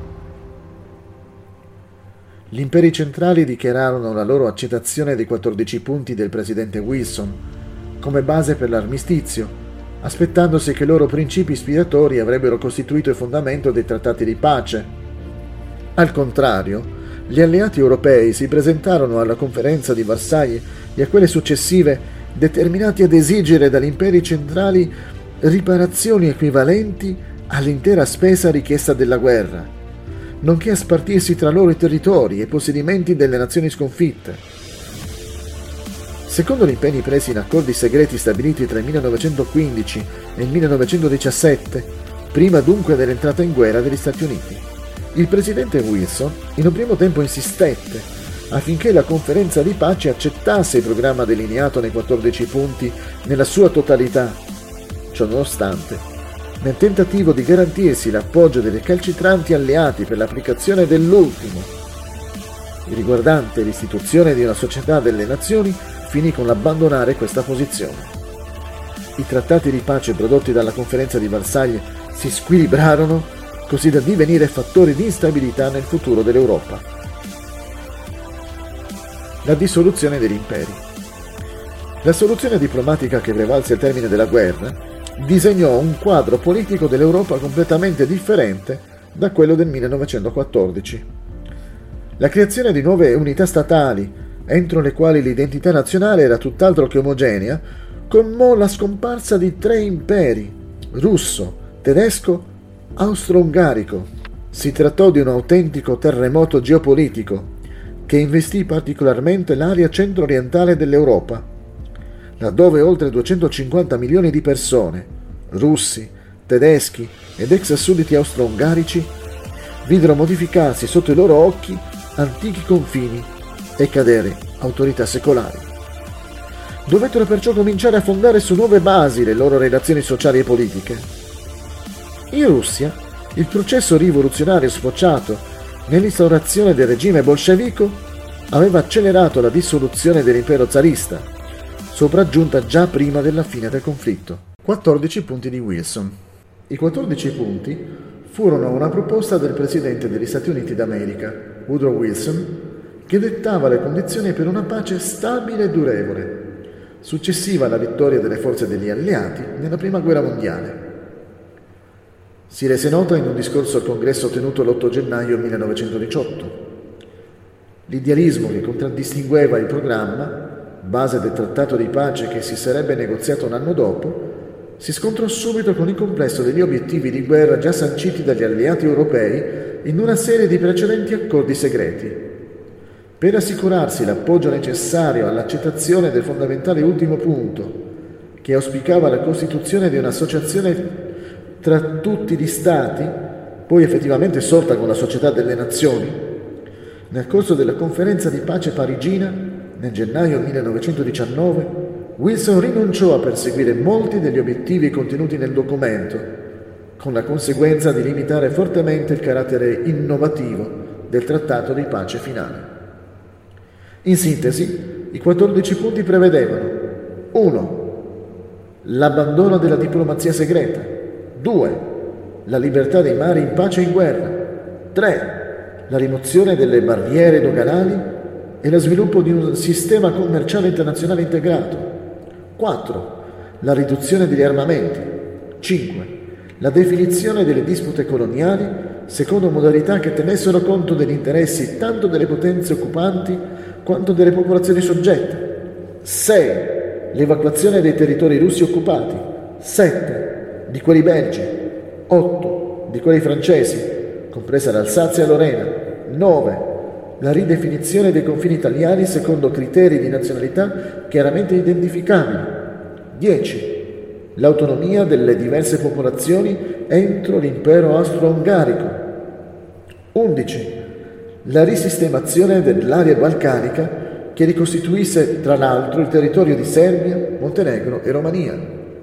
Gli imperi centrali dichiararono la loro accettazione dei 14 punti del presidente Wilson come base per l'armistizio, aspettandosi che i loro principi ispiratori avrebbero costituito il fondamento dei trattati di pace. Al contrario, gli alleati europei si presentarono alla conferenza di Versailles e a quelle successive determinati ad esigere dagli imperi centrali riparazioni equivalenti all'intera spesa richiesta della guerra, nonché a spartirsi tra loro i territori e i possedimenti delle nazioni sconfitte. Secondo gli impegni presi in accordi segreti stabiliti tra il 1915 e il 1917, prima dunque dell'entrata in guerra degli Stati Uniti, il presidente Wilson in un primo tempo insistette affinché la conferenza di pace accettasse il programma delineato nei 14 punti nella sua totalità. Ciò nonostante, nel tentativo di garantirsi l'appoggio dei recalcitranti alleati per l'applicazione dell'ultimo, riguardante l'istituzione di una società delle nazioni, finì con l'abbandonare questa posizione. I trattati di pace prodotti dalla conferenza di Versailles si squilibrarono così da divenire fattori di instabilità nel futuro dell'Europa. La dissoluzione degli imperi. La soluzione diplomatica che prevalse al termine della guerra disegnò un quadro politico dell'Europa completamente differente da quello del 1914. La creazione di nuove unità statali, entro le quali l'identità nazionale era tutt'altro che omogenea, colmò la scomparsa di 3 imperi: russo, tedesco, austro-ungarico. Si trattò di un autentico terremoto geopolitico che investì particolarmente l'area centro-orientale dell'Europa, laddove oltre 250 milioni di persone, russi, tedeschi ed ex sudditi austro-ungarici, videro modificarsi sotto i loro occhi antichi confini e cadere autorità secolari. Dovettero perciò cominciare a fondare su nuove basi le loro relazioni sociali e politiche. In Russia, il processo rivoluzionario sfociato nell'instaurazione del regime bolscevico aveva accelerato la dissoluzione dell'impero zarista, sopraggiunta già prima della fine del conflitto. 14 punti di Wilson. I 14 punti furono una proposta del presidente degli Stati Uniti d'America, Woodrow Wilson, che dettava le condizioni per una pace stabile e durevole, successiva alla vittoria delle forze degli alleati nella Prima Guerra Mondiale. Si rese nota in un discorso al congresso tenuto l'8 gennaio 1918. L'idealismo che contraddistingueva il programma base del trattato di pace che si sarebbe negoziato un anno dopo, si scontrò subito con il complesso degli obiettivi di guerra già sanciti dagli alleati europei in una serie di precedenti accordi segreti. Per assicurarsi l'appoggio necessario all'accettazione del fondamentale ultimo punto, che auspicava la costituzione di un'associazione tra tutti gli Stati, poi effettivamente sorta con la Società delle Nazioni, nel corso della conferenza di pace parigina, nel gennaio 1919, Wilson rinunciò a perseguire molti degli obiettivi contenuti nel documento, con la conseguenza di limitare fortemente il carattere innovativo del trattato di pace finale. In sintesi, i 14 punti prevedevano: 1. L'abbandono della diplomazia segreta. 2. La libertà dei mari in pace e in guerra. 3. La rimozione delle barriere doganali e lo sviluppo di un sistema commerciale internazionale integrato. 4. La riduzione degli armamenti. 5. La definizione delle dispute coloniali secondo modalità che tenessero conto degli interessi tanto delle potenze occupanti quanto delle popolazioni soggette. 6. L'evacuazione dei territori russi occupati. 7. Di quelli belgi. 8. Di quelli francesi, compresa l'Alsazia e Lorena. 9. La ridefinizione dei confini italiani secondo criteri di nazionalità chiaramente identificabili. 10. L'autonomia delle diverse popolazioni entro l'impero austro-ungarico. 11. La risistemazione dell'area balcanica che ricostituisse tra l'altro il territorio di Serbia, Montenegro e Romania.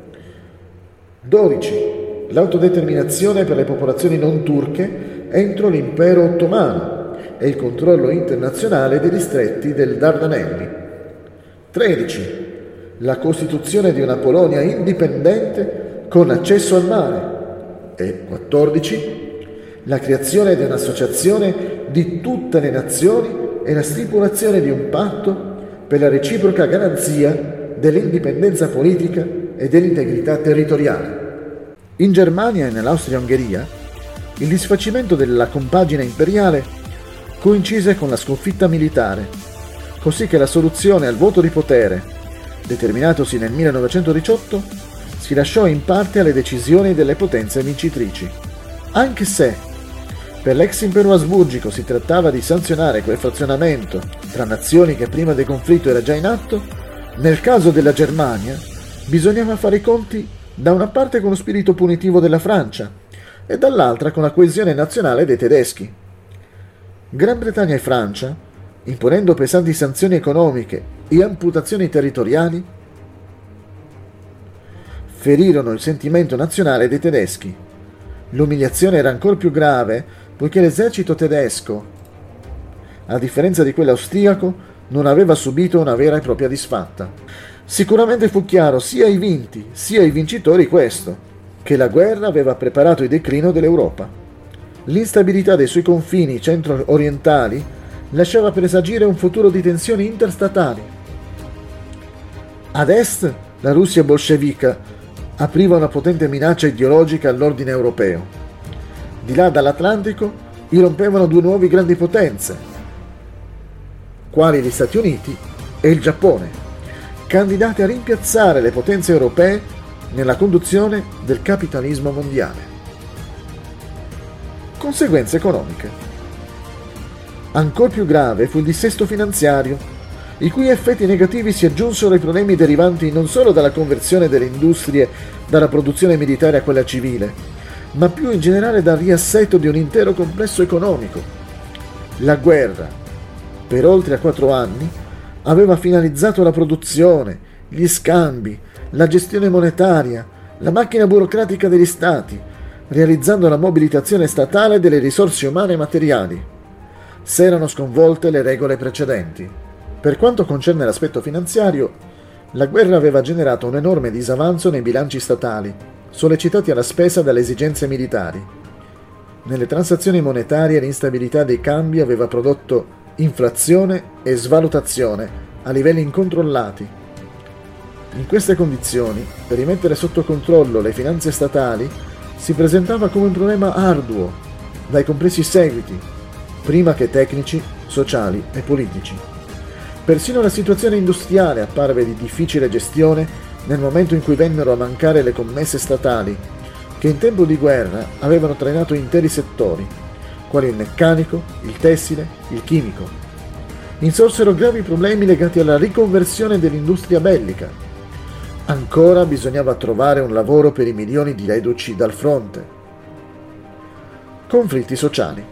12. L'autodeterminazione per le popolazioni non turche entro l'impero ottomano e il controllo internazionale dei distretti del Dardanelli. 13. La costituzione di una Polonia indipendente con accesso al mare. E 14. La creazione di un'associazione di tutte le nazioni e la stipulazione di un patto per la reciproca garanzia dell'indipendenza politica e dell'integrità territoriale. In Germania e nell'Austria-Ungheria il disfacimento della compagine imperiale coincise con la sconfitta militare, così che la soluzione al vuoto di potere, determinatosi nel 1918, si lasciò in parte alle decisioni delle potenze vincitrici. Anche se per l'ex impero asburgico si trattava di sanzionare quel frazionamento tra nazioni che prima del conflitto era già in atto, nel caso della Germania bisognava fare i conti da una parte con lo spirito punitivo della Francia e dall'altra con la coesione nazionale dei tedeschi. Gran Bretagna e Francia, imponendo pesanti sanzioni economiche e amputazioni territoriali, ferirono il sentimento nazionale dei tedeschi. L'umiliazione era ancora più grave poiché l'esercito tedesco, a differenza di quello austriaco, non aveva subito una vera e propria disfatta. Sicuramente fu chiaro sia ai vinti sia ai vincitori questo, che la guerra aveva preparato il declino dell'Europa. L'instabilità dei suoi confini centro-orientali lasciava presagire un futuro di tensioni interstatali. Ad est, la Russia bolscevica apriva una potente minaccia ideologica all'ordine europeo. Di là dall'Atlantico irrompevano due nuovi grandi potenze, quali gli Stati Uniti e il Giappone, candidate a rimpiazzare le potenze europee nella conduzione del capitalismo mondiale. Conseguenze economiche. Ancor più grave fu il dissesto finanziario, i cui effetti negativi si aggiunsero ai problemi derivanti non solo dalla conversione delle industrie dalla produzione militare a quella civile, ma più in generale dal riassetto di un intero complesso economico. La guerra, per oltre 4 anni, aveva finalizzato la produzione, gli scambi, la gestione monetaria, la macchina burocratica degli stati, realizzando la mobilitazione statale delle risorse umane e materiali. S'erano sconvolte le regole precedenti. Per quanto concerne l'aspetto finanziario, la guerra aveva generato un enorme disavanzo nei bilanci statali, sollecitati alla spesa dalle esigenze militari. Nelle transazioni monetarie l'instabilità dei cambi aveva prodotto inflazione e svalutazione a livelli incontrollati. In queste condizioni, per rimettere sotto controllo le finanze statali, si presentava come un problema arduo, dai complessi seguiti, prima che tecnici, sociali e politici. Persino la situazione industriale apparve di difficile gestione nel momento in cui vennero a mancare le commesse statali, che in tempo di guerra avevano trainato interi settori, quali il meccanico, il tessile, il chimico. Insorsero gravi problemi legati alla riconversione dell'industria bellica. Ancora bisognava trovare un lavoro per i milioni di reduci dal fronte. Conflitti sociali.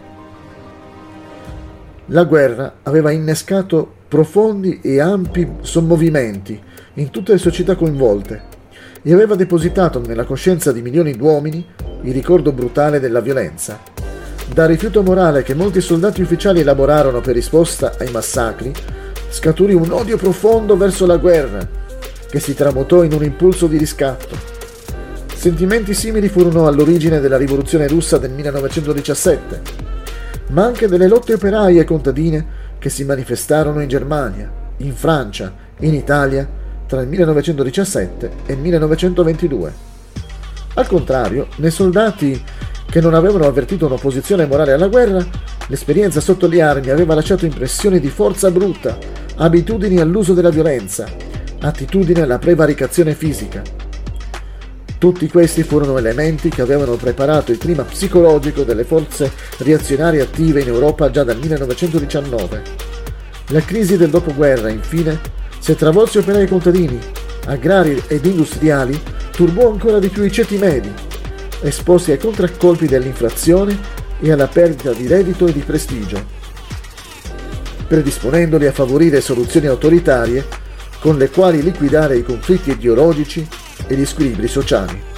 La guerra aveva innescato profondi e ampi sommovimenti in tutte le società coinvolte e aveva depositato nella coscienza di milioni di uomini il ricordo brutale della violenza. Dal rifiuto morale che molti soldati ufficiali elaborarono per risposta ai massacri, scaturì un odio profondo verso la guerra, che si tramutò in un impulso di riscatto. Sentimenti simili furono all'origine della rivoluzione russa del 1917, ma anche delle lotte operaie e contadine che si manifestarono in Germania, in Francia, in Italia tra il 1917 e il 1922. Al contrario, nei soldati che non avevano avvertito un'opposizione morale alla guerra, l'esperienza sotto le armi aveva lasciato impressioni di forza bruta, abitudini all'uso della violenza, attitudine alla prevaricazione fisica. Tutti questi furono elementi che avevano preparato il clima psicologico delle forze reazionarie attive in Europa già dal 1919. La crisi del dopoguerra, infine, se travolse operai e contadini, agrari ed industriali, turbò ancora di più i ceti medi, esposti ai contraccolpi dell'inflazione e alla perdita di reddito e di prestigio, predisponendoli a favorire soluzioni autoritarie con le quali liquidare i conflitti ideologici e gli squilibri sociali.